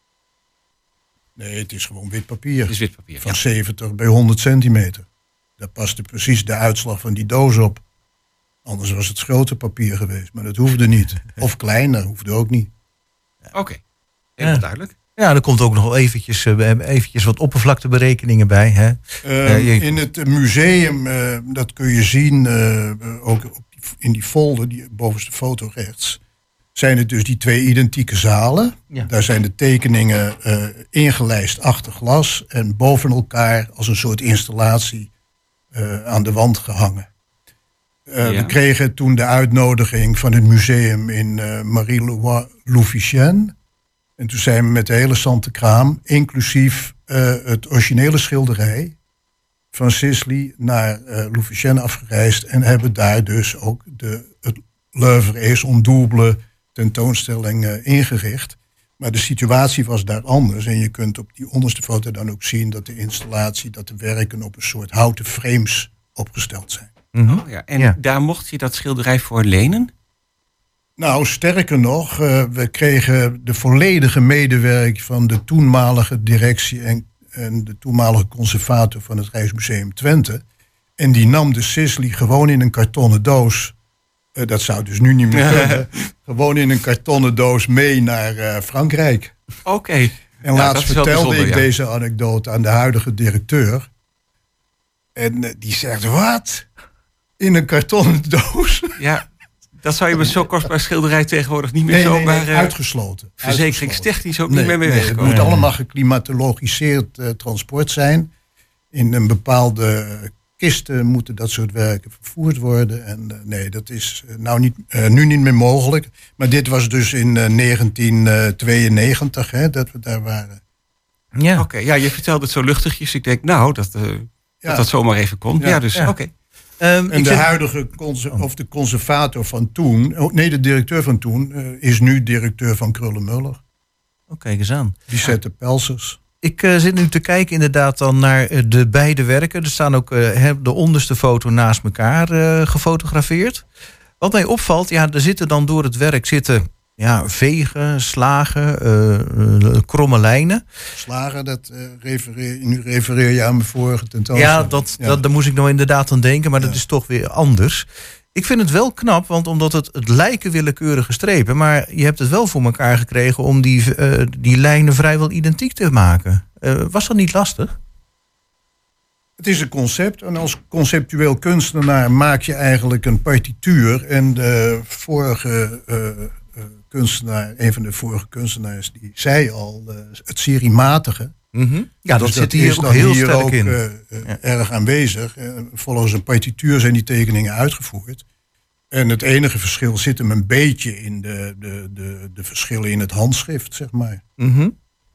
Nee, het is gewoon wit papier. Het is wit papier. Van Ja. zeventig bij honderd centimeter. Daar paste precies de uitslag van die doos op. Anders was het groter papier geweest, maar dat hoefde niet. Of kleiner, hoefde ook niet. Oké, helemaal Ja. duidelijk. Ja, er komt ook nog eventjes, uh, we hebben eventjes wat oppervlakteberekeningen bij. Hè? Uh, Uh, je- in het museum, uh, dat kun je zien, uh, ook op die, in die folder, die bovenste foto rechts, zijn het dus die twee identieke zalen. Ja. Daar zijn de tekeningen uh, ingelijst achter glas en boven elkaar als een soort installatie uh, aan de wand gehangen. Uh, Ja. We kregen toen de uitnodiging van het museum in uh, Marie-Louis-Louveciennes. En toen zijn we met de hele Sante Kraam, inclusief uh, het originele schilderij van Sisley, naar uh, Louveciennes afgereisd. En hebben daar dus ook de, het L'œuvre et son double tentoonstelling uh, ingericht. Maar de situatie was daar anders. En je kunt op die onderste foto dan ook zien dat de installatie, dat de werken op een soort houten frames opgesteld zijn. Mm-hmm. Oh, ja. En Ja. daar mocht je dat schilderij voor lenen? Nou, sterker nog, uh, we kregen de volledige medewerking van de toenmalige directie en, en de toenmalige conservator van het Rijksmuseum Twente. En die nam de Sisley gewoon in een kartonnen doos. Uh, dat zou dus nu niet meer kunnen. Gewoon in een kartonnen doos mee naar uh, Frankrijk. Oké. Okay. En Ja, laatst dat is wel vertelde bijzonder, ik ja. deze anekdote aan de huidige directeur. En uh, die zegt, wat? In een kartonnen doos? Ja, dat zou je met zo'n kostbaar schilderij tegenwoordig niet meer Nee, nee, zomaar... nee, eh, uitgesloten. verzekeringstechnisch ook Nee, niet meer mee nee, het wegkomen. moet allemaal geklimatologiseerd uh, transport zijn. In een bepaalde kisten moeten dat soort werken vervoerd worden. En uh, nee, dat is uh, nou niet, uh, nu niet meer mogelijk. Maar dit was dus in uh, negentien tweeënnegentig hè, dat we daar waren. Ja. Oké, okay, ja, je vertelde het zo luchtigjes. Ik denk, nou, dat uh, Ja. dat, dat zomaar even kon. Ja, Ja. dus Ja. oké. Okay. Um, En de huidige conser- of de conservator van toen, oh, nee, de directeur van toen, uh, is nu directeur van Krullenmuller. Oh, kijk eens aan. Lisette Pelsers. Ik uh, zit nu te kijken inderdaad dan naar uh, de beide werken. Er staan ook uh, de onderste foto naast elkaar uh, gefotografeerd. Wat mij opvalt, ja, er zitten dan door het werk zitten ja, vegen, slagen, uh, uh, kromme lijnen. Slagen, dat uh, refereer, nu refereer je aan mijn vorige tentoonstelling. Ja, dat, dat, daar moest ik nou inderdaad aan denken, maar Ja. dat is toch weer anders. Ik vind het wel knap, want omdat het, het lijken willekeurige strepen, maar je hebt het wel voor elkaar gekregen om die, uh, die lijnen vrijwel identiek te maken. Uh, was dat niet lastig? Het is een concept en als conceptueel kunstenaar maak je eigenlijk een partituur. En de vorige uh, uh, kunstenaar, een van de vorige kunstenaars, die zei al uh, het seriematige. Mm-hmm. Ja, Dus dat zit hier is ook dan heel hier sterk ook, in. uh, uh, Ja. erg aanwezig. Uh, volgens een partituur zijn die tekeningen uitgevoerd. En het enige verschil zit hem een beetje in de, de, de, de verschillen in het handschrift, zeg maar. Mm-hmm.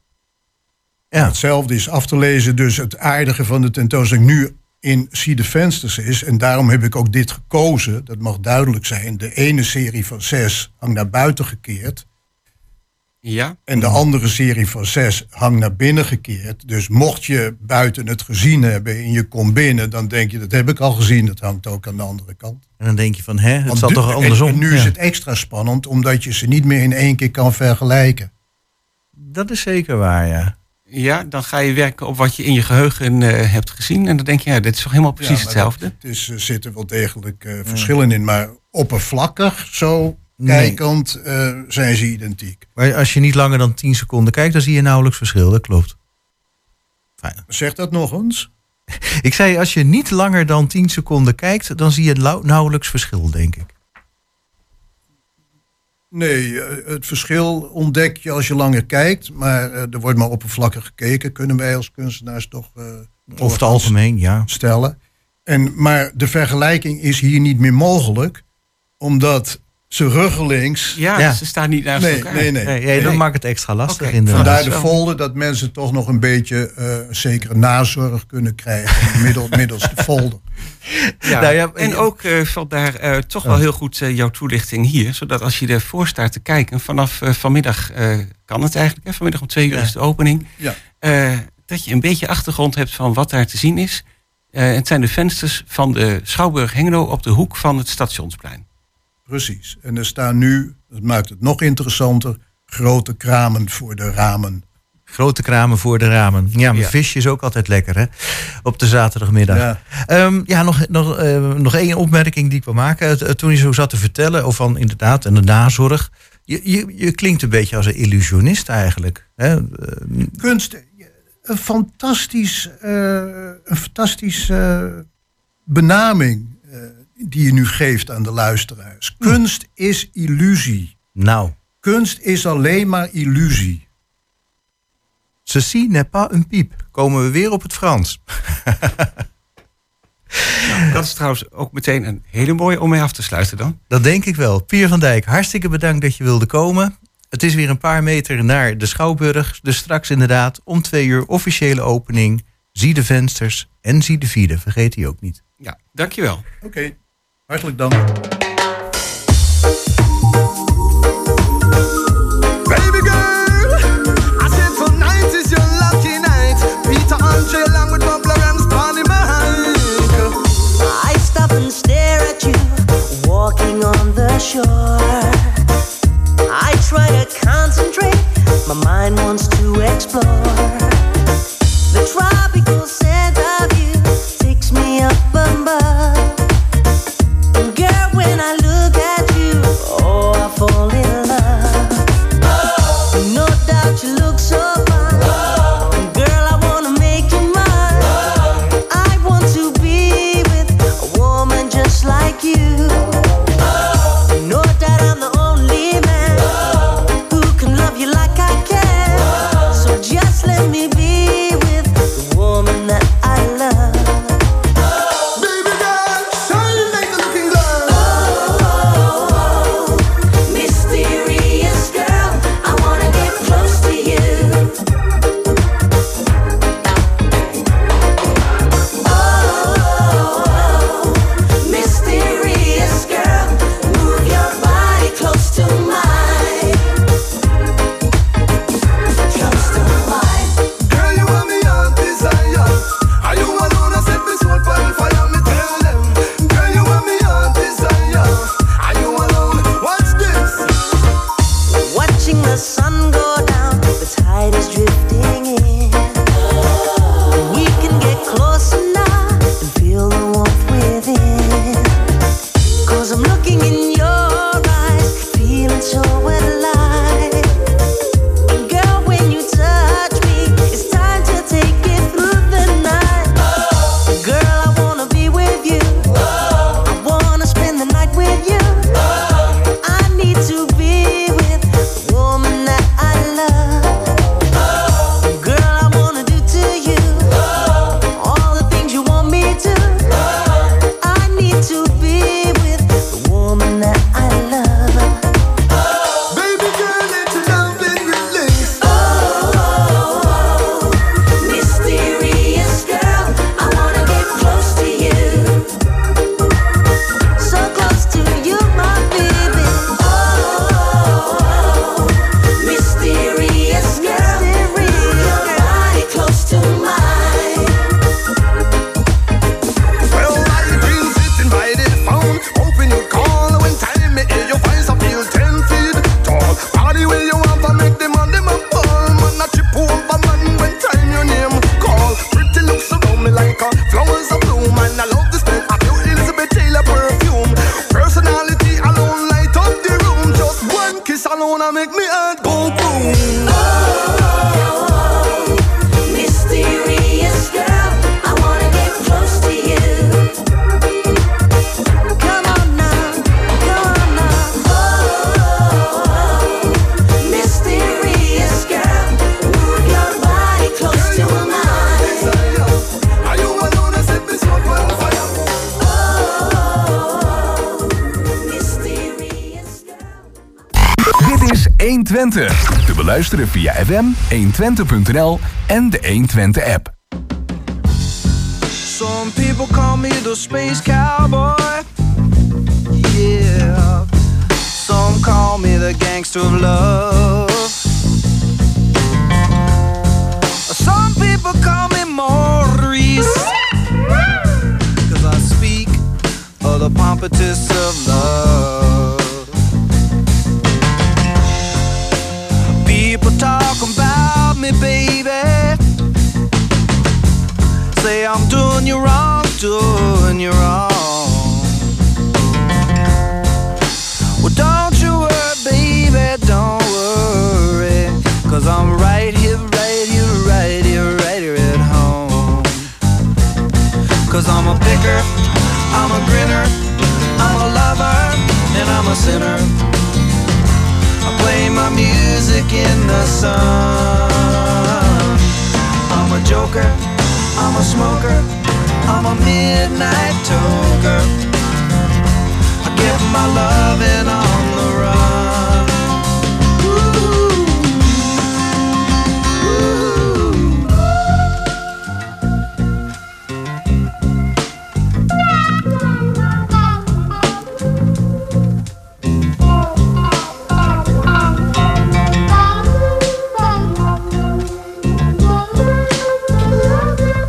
Ja. Hetzelfde is af te lezen. Dus het aardige van de tentoonstelling nu in Zie de Vensters is. En daarom heb ik ook dit gekozen. Dat mag duidelijk zijn. De ene serie van zes hangt naar buiten gekeerd. Ja. En de andere serie van zes hangt naar binnen gekeerd. Dus mocht je buiten het gezien hebben en je komt binnen, dan denk je, dat heb ik al gezien. Dat hangt ook aan de andere kant. En dan denk je van, hè, het Want zat du- toch en- andersom? En nu Ja. is het extra spannend, omdat je ze niet meer in één keer kan vergelijken. Dat is zeker waar, ja. Ja, dan ga je werken op wat je in je geheugen uh, hebt gezien. En dan denk je, ja, dit is toch helemaal precies Ja, maar hetzelfde. Het is, er zitten wel degelijk uh, verschillen in, maar oppervlakkig, zo Nee. kijkend, uh, zijn ze identiek. Maar als je niet langer dan tien seconden kijkt, dan zie je nauwelijks verschil. Dat klopt. Fijn. Zeg dat nog eens. Ik zei, als je niet langer dan tien seconden kijkt, dan zie je lau- nauwelijks verschil, denk ik. Nee, uh, het verschil ontdek je als je langer kijkt, maar uh, er wordt maar oppervlakkig gekeken, kunnen wij als kunstenaars toch uh, Over het algemeen, ja. stellen. En, maar de vergelijking is hier niet meer mogelijk, omdat ze ruggelings... Ja, Ja. ze staan niet naast Nee, elkaar. nee, nee. Nee, ja, dat Nee. maakt het extra lastig. Oké, inderdaad. Vandaar de wel- folder, dat mensen toch nog een beetje uh, zekere nazorg kunnen krijgen middel, middels de folder. Ja. Nou ja, en ook uh, vandaar uh, toch wel heel goed uh, jouw toelichting hier. Zodat als je ervoor staat te kijken, vanaf uh, vanmiddag uh, kan het eigenlijk. Hè, vanmiddag om twee uur Ja. is de opening. Ja. Uh, dat je een beetje achtergrond hebt van wat daar te zien is. Uh, het zijn de vensters van de Schouwburg Hengelo op de hoek van het Stationsplein. Precies. En er staan nu, dat maakt het nog interessanter, grote kramen voor de ramen. Grote kramen voor de ramen. Ja, maar Ja. visje is ook altijd lekker, hè? Op de zaterdagmiddag. Ja. Um, ja, nog, nog, uh, nog één opmerking die ik wil maken. Uh, Toen je zo zat te vertellen, of van inderdaad, en de nazorg. Je, je, je klinkt een beetje als een illusionist eigenlijk. Hè? Uh, Kunst, een fantastisch, uh, een fantastisch uh, benaming uh, die je nu geeft aan de luisteraars. Kunst is illusie. nou, Kunst is alleen maar illusie. ceci n'est pas un pipe. Komen we weer op het Frans. Dat is trouwens ook meteen een hele mooie om mee af te sluiten dan. Dat denk ik wel. Pier van Dijk, hartstikke bedankt dat je wilde komen. Het is weer een paar meter naar de Schouwburg. Dus straks inderdaad om twee uur officiële opening. Zie de vensters en zie de vierde. Vergeet die ook niet. Ja, dankjewel. Oké, okay. Hartelijk dank. Baby girl, country along with Bubbler and Spawny Mike. I stop and stare at you, walking on the shore. I try to concentrate, my mind wants to explore. The tropical scent of you takes me up above. And girl, when I look at you, oh, I fall in love. Oh. No doubt you look so fine. Oh. And girl, I wanna make you mine. Oh. I want to be with a woman just like you. Oh. No doubt I'm the only man oh. who can love you like I can. Oh. So just let me be with the woman that I love. Baby girl, shine like a looking glass. Oh, oh, oh, mysterious girl, I wanna get close to you. Oh, oh, mysterious girl, move your body close to mine. Close to mine. Girl, you want me on desire. Are you alone? I set me soul on fire. Me tell them. Girl, you want me on desire. Are you alone? Watch this. Watching the sun go down, the tide is drifting in. We can get closer now and feel the warmth within. Cause I'm looking in your eyes, feeling so alive. And girl, when you touch me, it's time to take it through the night. Girl, I wanna be with you. I wanna spend the night with you. I need to be with the woman that I love. Girl, I wanna do to you all the things you want me to. I need to be with the woman that I love. Baby girl, let your love in release. Oh, oh, oh, mysterious girl, I wanna get close to you. So close to you, my baby. Oh, oh, oh, mysterious girl, move your body close to mine. Well, I've been sitting by the phone, hoping you'd call. When time me hear your voice, I feel ten feet tall. Party where you want to make them on them a ball. Man, I trip over man when time your name call. Pretty looks around me like a flowers of bloom. And I love the smell of your Elizabeth Taylor perfume. Personality alone light up the room. Just one kiss alone, I make me heart go boom. Oh, mysterious girl, I wanna get close to you. Come on now, come on now. Oh, mysterious girl, move your body close to mine. Are you alone? I set me soul on fire. Oh, mysterious girl. Dit is honderdtwintig. Te beluisteren via F M, honderdtwintig punt n l en de honderdtwintig app. Some people call me the space cowboy. Yeah. Some call me the gangster of love. Some people call me Maurice. Cause I speak of the pompatus of love. People talk about me, baby. Say I'm doing you wrong, doing you wrong. Well, don't you worry, baby, don't worry. Cause I'm right here, right here, right here, right here at home. Cause I'm a picker, I'm a grinner, I'm a lover, and I'm a sinner. I play my music in the sun. I'm a joker, I'm a smoker, I'm a midnight toker. I get my loving on the run. Ooh. Ooh.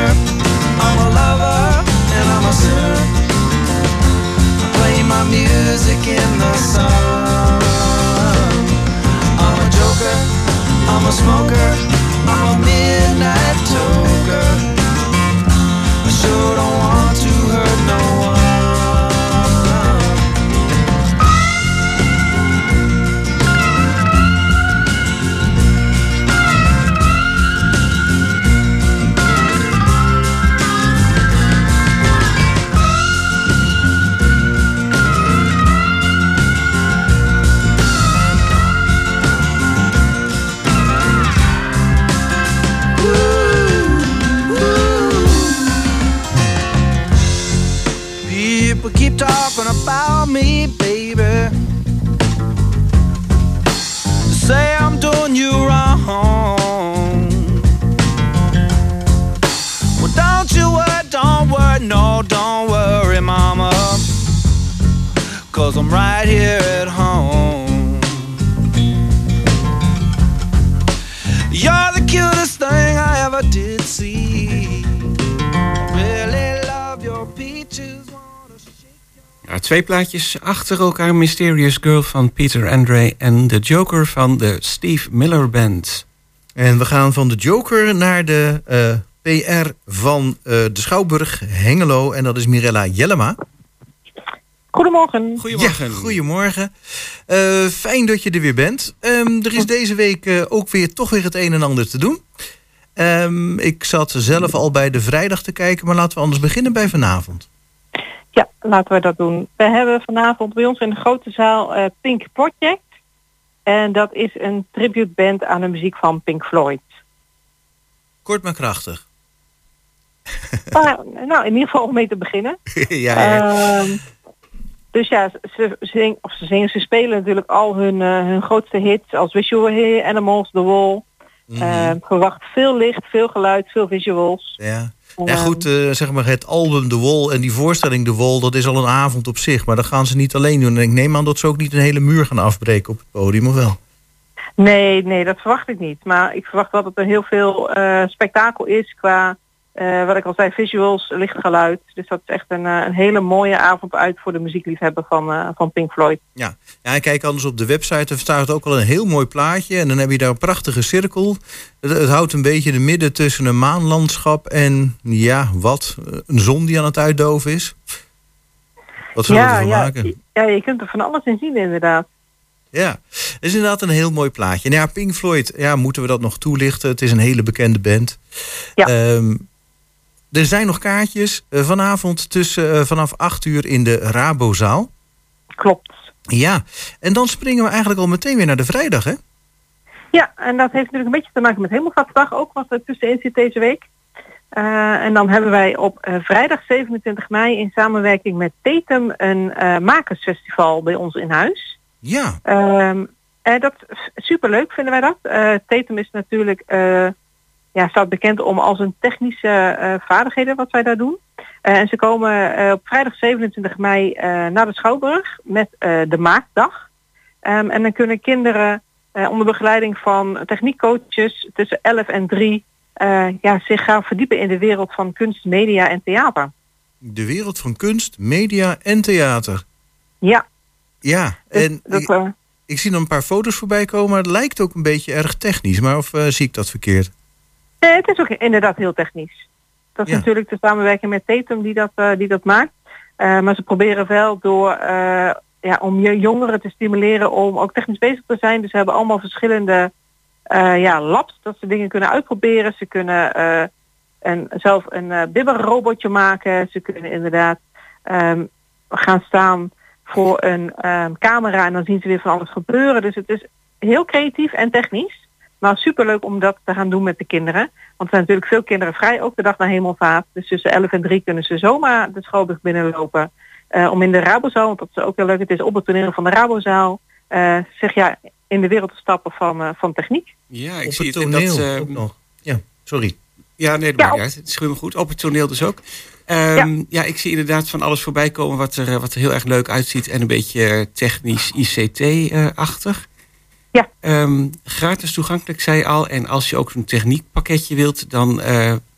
I'm a lover and I'm a sinner. I play my music in the sun. I'm a joker, I'm a smoker, I'm a midnight toker. I sure don't want to hurt no one. People keep talking about me, baby. Say I'm doing you wrong. Well, don't you worry, don't worry, no, don't worry, mama. Cause I'm right here at home. You're the cutest thing I ever did see. Really love your peaches. Ja, twee plaatjes achter elkaar. Mysterious Girl van Peter Andre en The Joker van de Steve Miller Band. En we gaan van de Joker naar de uh, P R van uh, de Schouwburg Hengelo. En dat is Mirella Jellema. Goedemorgen. Goedemorgen. Ja, goedemorgen. Uh, fijn dat je er weer bent. Um, er is deze week uh, ook weer toch weer het een en ander te doen. Um, ik zat zelf al bij de vrijdag te kijken, maar laten we anders beginnen bij vanavond. Ja, laten we dat doen. We hebben vanavond bij ons in de grote zaal uh, Pink Project. En dat is een tributeband aan de muziek van Pink Floyd. Kort maar krachtig. Maar, nou, in ieder geval om mee te beginnen. ja, ja. Uh, dus ja, ze, zing, of ze zingen, ze spelen natuurlijk al hun, uh, hun grootste hits als Visual Animals, The Wall. Mm-hmm. Uh, verwacht veel licht, veel geluid, veel visuals. Ja. Ja goed, uh, zeg maar het album The Wall en die voorstelling The Wall, dat is al een avond op zich. Maar dat gaan ze niet alleen doen. En ik neem aan dat ze ook niet een hele muur gaan afbreken op het podium, of wel? Nee, nee, dat verwacht ik niet. Maar ik verwacht dat het er heel veel uh, spektakel is qua, uh, wat ik al zei, visuals, lichtgeluid. Dus dat is echt een, uh, een hele mooie avond uit voor de muziekliefhebber van, uh, van Pink Floyd. Ja. ja, en kijk anders op de website, er staat ook al een heel mooi plaatje. En dan heb je daar een prachtige cirkel. Het, het houdt een beetje de midden tussen een maanlandschap en, ja, wat? Een zon die aan het uitdoven is. Wat zullen ja, we ervan ja, maken? Ja, je kunt er van alles in zien inderdaad. Ja, het is inderdaad een heel mooi plaatje. Nou ja, Pink Floyd, ja, moeten we dat nog toelichten? Het is een hele bekende band. Ja. Um, er zijn nog kaartjes uh, vanavond tussen, uh, vanaf acht uur in de Rabozaal. Klopt. Ja, en dan springen we eigenlijk al meteen weer naar de vrijdag, hè? Ja, en dat heeft natuurlijk een beetje te maken met Hemelvaartsdag ook, wat er tussenin zit deze week. Uh, en dan hebben wij op uh, vrijdag zevenentwintig mei in samenwerking met Tatum een uh, makersfestival bij ons in huis. Ja. Um, en dat is superleuk, vinden wij dat. Uh, Tatum is natuurlijk, uh, ja, staat bekend om al zijn technische uh, vaardigheden wat wij daar doen. Uh, en ze komen uh, op vrijdag zevenentwintig mei uh, naar de Schouwburg met uh, de Maakdag. Um, en dan kunnen kinderen uh, onder begeleiding van techniekcoaches tussen elf en drie uh, ja, zich gaan verdiepen in de wereld van kunst, media en theater. De wereld van kunst, media en theater. Ja. Ja, en dus, ik, dat, uh, ik zie dan een paar foto's voorbij komen, maar het lijkt ook een beetje erg technisch. Maar of uh, zie ik dat verkeerd? Nee, het is ook inderdaad heel technisch. Dat is ja. natuurlijk de samenwerking met Tatum die dat, uh, die dat maakt. Uh, maar ze proberen wel door, uh, ja, om je jongeren te stimuleren om ook technisch bezig te zijn. Dus ze hebben allemaal verschillende uh, ja, labs dat ze dingen kunnen uitproberen. Ze kunnen uh, een, zelf een uh, bibberrobotje maken. Ze kunnen inderdaad um, gaan staan voor een um, camera en dan zien ze weer van alles gebeuren. Dus het is heel creatief en technisch. Maar superleuk om dat te gaan doen met de kinderen. Want er zijn natuurlijk veel kinderen vrij, ook de dag na Hemelvaart. Dus tussen elf en drie kunnen ze zomaar de Schouwburg binnenlopen. Uh, om in de Rabozaal, want dat is ook heel leuk. Het is op het toneel van de Rabozaal. Uh, zeg ja, in de wereld te stappen van, uh, van techniek. Ja, ik op zie het het toneel dat, uh, ook nog. Ja, sorry. Ja, nee, dat ja, maakt op... niet uit. Het is helemaal goed. Op het toneel dus ook. Um, ja. ja, ik zie inderdaad van alles voorbij komen wat er, wat er heel erg leuk uitziet. En een beetje technisch I C T-achtig. Ja. Um, gratis toegankelijk, zei je al. En als je ook een techniekpakketje wilt, dan uh,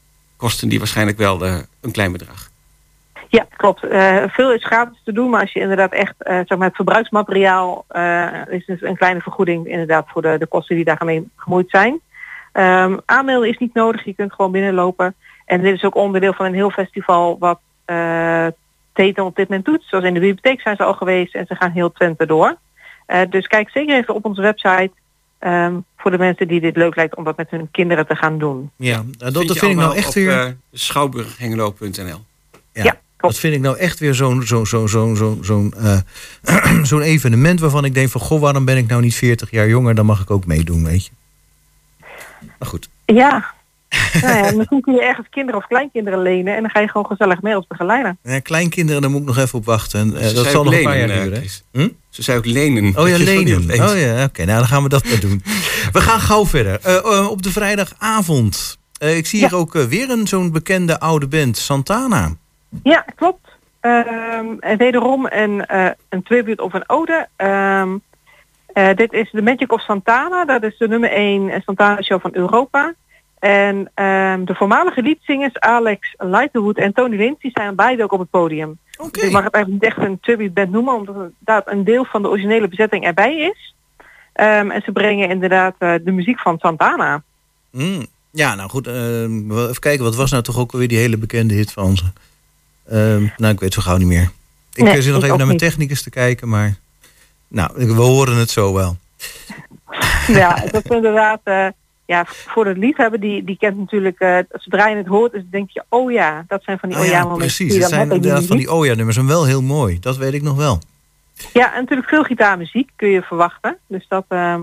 kosten die waarschijnlijk wel uh, een klein bedrag. Ja, klopt. Uh, veel is gratis te doen, maar als je inderdaad echt uh, zeg maar het verbruiksmateriaal uh, is dus een kleine vergoeding inderdaad voor de, de kosten die daarmee gemoeid zijn. Um, aanmelden is niet nodig, je kunt gewoon binnenlopen. En dit is ook onderdeel van een heel festival wat uh, Teton op dit moment doet. Zoals in de bibliotheek zijn ze al geweest en ze gaan heel Twente door. Uh, dus kijk zeker even op onze website um, voor de mensen die dit leuk lijkt om dat met hun kinderen te gaan doen. Ja, dat vind, vind ik nou echt op, weer... Uh, schouwburg hengelo punt n l. Ja, ja dat vind ik nou echt weer zo'n zo'n zo'n zo'n zo'n zo'n uh, zo'n evenement waarvan ik denk van goh, waarom ben ik nou niet veertig jaar jonger, dan mag ik ook meedoen, weet je. Maar goed. Ja. Nou ja, misschien kun je ergens kinderen of kleinkinderen lenen en dan ga je gewoon gezellig mee als begeleider. Ja, kleinkinderen, daar moet ik nog even op wachten. En, uh, Ze dat zal nog lenen, een paar jaar uh, duren. Hm? Ze zei ook lenen. Oh ja, lenen. Oh ja, oké. Okay, nou, dan gaan we dat maar doen. We gaan gauw verder. Uh, uh, op de vrijdagavond. Uh, ik zie ja. hier ook uh, weer een zo'n bekende oude band, Santana. Ja, klopt. Um, en wederom een, uh, een tribute of een ode. Um, uh, dit is de Magic of Santana. Dat is de nummer één Santana show van Europa. En um, de voormalige liedzingers Alex Lighterwood en Tony Lindsay zijn beide ook op het podium. Okay. Dus ik mag het eigenlijk niet echt een tribute band noemen, omdat het een deel van de originele bezetting erbij is. Um, en ze brengen inderdaad uh, de muziek van Santana. Mm. Ja, nou goed. Uh, even kijken, wat was nou toch ook alweer die hele bekende hit van ze? Uh, nou, ik weet zo gauw niet meer. Ik nee, zit nog even naar mijn technicus te kijken, maar... Nou, we horen het zo wel. Ja, dat is inderdaad... Uh, ja, voor het liefhebber, die, die kent natuurlijk... Uh, zodra je het hoort, dus denk je... Oh ja, dat zijn van die oh oh ja momenten. Precies, het zijn inderdaad van die oh ja nummers. En wel heel mooi, dat weet ik nog wel. Ja, en natuurlijk veel gitaarmuziek kun je verwachten. Dus dat... Uh,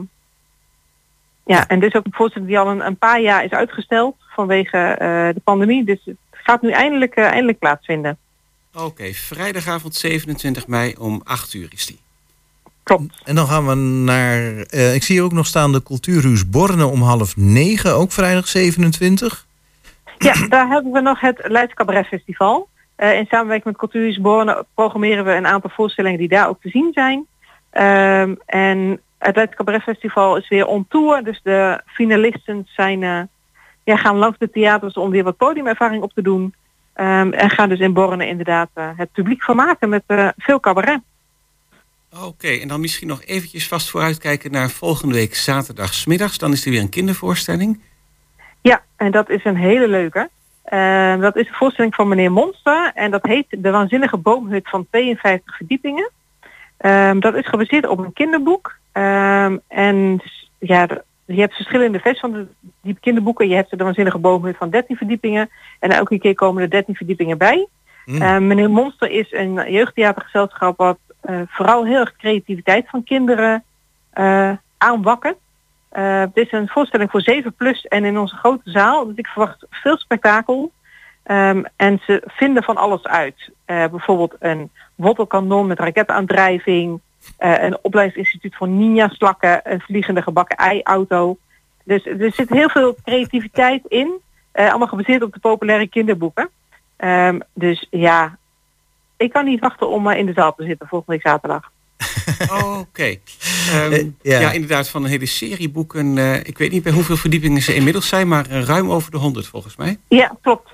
ja, en dit is ook een voorstelling die al een, een paar jaar is uitgesteld... vanwege uh, de pandemie. Dus het gaat nu eindelijk, uh, eindelijk plaatsvinden. Oké, okay, vrijdagavond zevenentwintig mei om acht uur is die. Klopt. En dan gaan we naar... Uh, ik zie hier ook nog staan de Cultuurhuis Borne om half negen. Ook vrijdag zevenentwintig. Ja, daar hebben we nog het Leids Cabaret Festival. Uh, in samenwerking met Cultuurhuis Borne programmeren we een aantal voorstellingen die daar ook te zien zijn. Um, en het Leids Cabaret Festival is weer on tour. Dus de finalisten zijn, uh, ja, gaan langs de theaters om weer wat podiumervaring op te doen. Um, en gaan dus in Borne inderdaad uh, het publiek vermaken met uh, veel cabaret. Oké, okay, en dan misschien nog eventjes vast vooruitkijken naar volgende week zaterdag 's middags. Dan is er weer een kindervoorstelling. Ja, en dat is een hele leuke. Uh, dat is een voorstelling van meneer Monster. En dat heet De Waanzinnige Boomhut van tweeënvijftig verdiepingen. Um, dat is gebaseerd op een kinderboek. Um, en ja, je hebt verschillende versies van de, die kinderboeken. Je hebt De Waanzinnige Boomhut van dertien verdiepingen. En elke keer komen er dertien verdiepingen bij. Mm. Uh, meneer Monster is een jeugdtheatergezelschap wat uh, vooral heel erg creativiteit van kinderen uh, aanwakkert. Uh, het is een voorstelling voor zeven plus en in onze grote zaal. Dus ik verwacht veel spektakel. Um, en ze vinden van alles uit. Uh, bijvoorbeeld een wortelkanon met raketaandrijving. Uh, een opleidingsinstituut voor ninja-slakken. Een vliegende gebakken ei-auto. Dus er zit heel veel creativiteit in. Uh, allemaal gebaseerd op de populaire kinderboeken. Um, dus ja, ik kan niet wachten om uh, in de zaal te zitten volgende week zaterdag. Oh, oké. Okay. Um, uh, ja. ja, inderdaad, van een hele serie boeken. Uh, ik weet niet bij hoeveel verdiepingen ze inmiddels zijn, maar uh, ruim over de honderd volgens mij. Ja, klopt.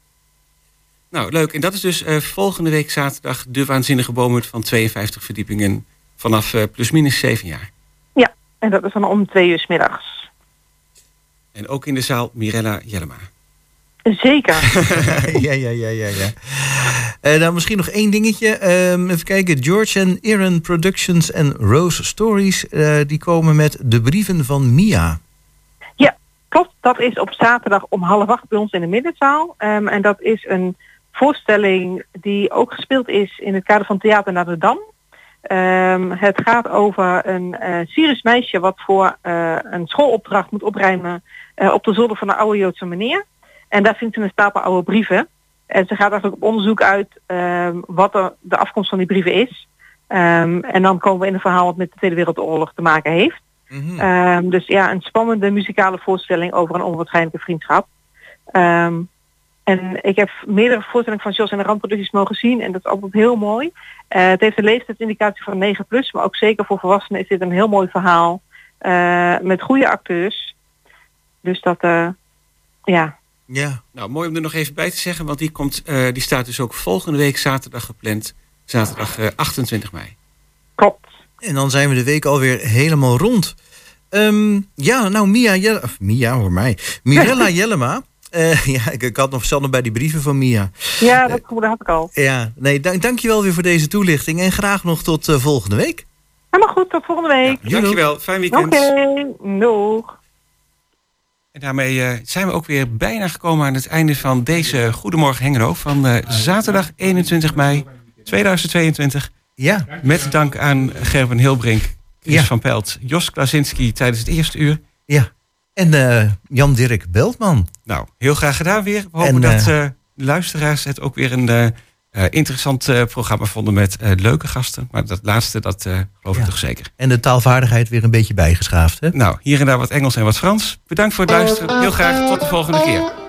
Nou, leuk. En dat is dus uh, volgende week zaterdag de Waanzinnige Boomhut van tweeënvijftig verdiepingen vanaf uh, plusminus zeven jaar. Ja, en dat is dan om twee uur 's middags. En ook in de zaal Mirella Jellema. Zeker. ja, ja, ja, ja, ja. Uh, nou, misschien nog één dingetje. Um, even kijken. George en Aaron Productions en Rose Stories... Uh, die komen met De Brieven van Mia. Ja, klopt. Dat is op zaterdag om half acht bij ons in de middenzaal. Um, en dat is een voorstelling die ook gespeeld is... in het kader van Theater naar de Dam. Um, het gaat over een uh, Syrisch meisje... wat voor uh, een schoolopdracht moet opruimen... Uh, op de zolder van een oude Joodse meneer... En daar vindt ze een stapel oude brieven. En ze gaat eigenlijk op onderzoek uit um, wat er de afkomst van die brieven is. Um, en dan komen we in een verhaal wat met de Tweede Wereldoorlog te maken heeft. Mm-hmm. Um, dus ja, een spannende muzikale voorstelling over een onwaarschijnlijke vriendschap. Um, en ik heb meerdere voorstellingen van Jos en de Randproducties mogen zien. En dat is altijd heel mooi. Uh, het heeft een leeftijdsindicatie van negen plus. Maar ook zeker voor volwassenen is dit een heel mooi verhaal. Uh, met goede acteurs. Dus dat, uh, ja... Ja. Nou, mooi om er nog even bij te zeggen, want die, komt, uh, die staat dus ook volgende week zaterdag gepland. Zaterdag uh, achtentwintig mei. Klopt. En dan zijn we de week alweer helemaal rond. Um, ja, nou, Mia, Jelle, of Mia, hoor mij. Mirella Jellema. Uh, ja, ik, ik had nog zelf nog bij die brieven van Mia. Ja, dat, dat had ik al. Uh, ja, nee, dank, dank je wel weer voor deze toelichting. En graag nog tot uh, volgende week. Helemaal goed, tot volgende week. Ja, dankjewel, fijn weekend. Oké, okay, doeg. En daarmee uh, zijn we ook weer bijna gekomen aan het einde van deze Goedemorgen Hengelo van uh, zaterdag eenentwintig mei tweeduizend tweeëntwintig. Ja. Met dank aan Gerben Hilbrink, Chris ja. van Pelt, Jos Klasinski tijdens het eerste uur. Ja. En uh, Jan-Dirk Beltman. Nou, heel graag gedaan weer. We hopen en, uh, dat uh, de luisteraars het ook weer een uh, uh, interessant uh, programma vonden met uh, leuke gasten. Maar dat laatste, dat uh, geloof ja. ik toch zeker. En de taalvaardigheid weer een beetje bijgeschaafd, hè? Nou, hier en daar wat Engels en wat Frans. Bedankt voor het luisteren. Heel graag tot de volgende keer.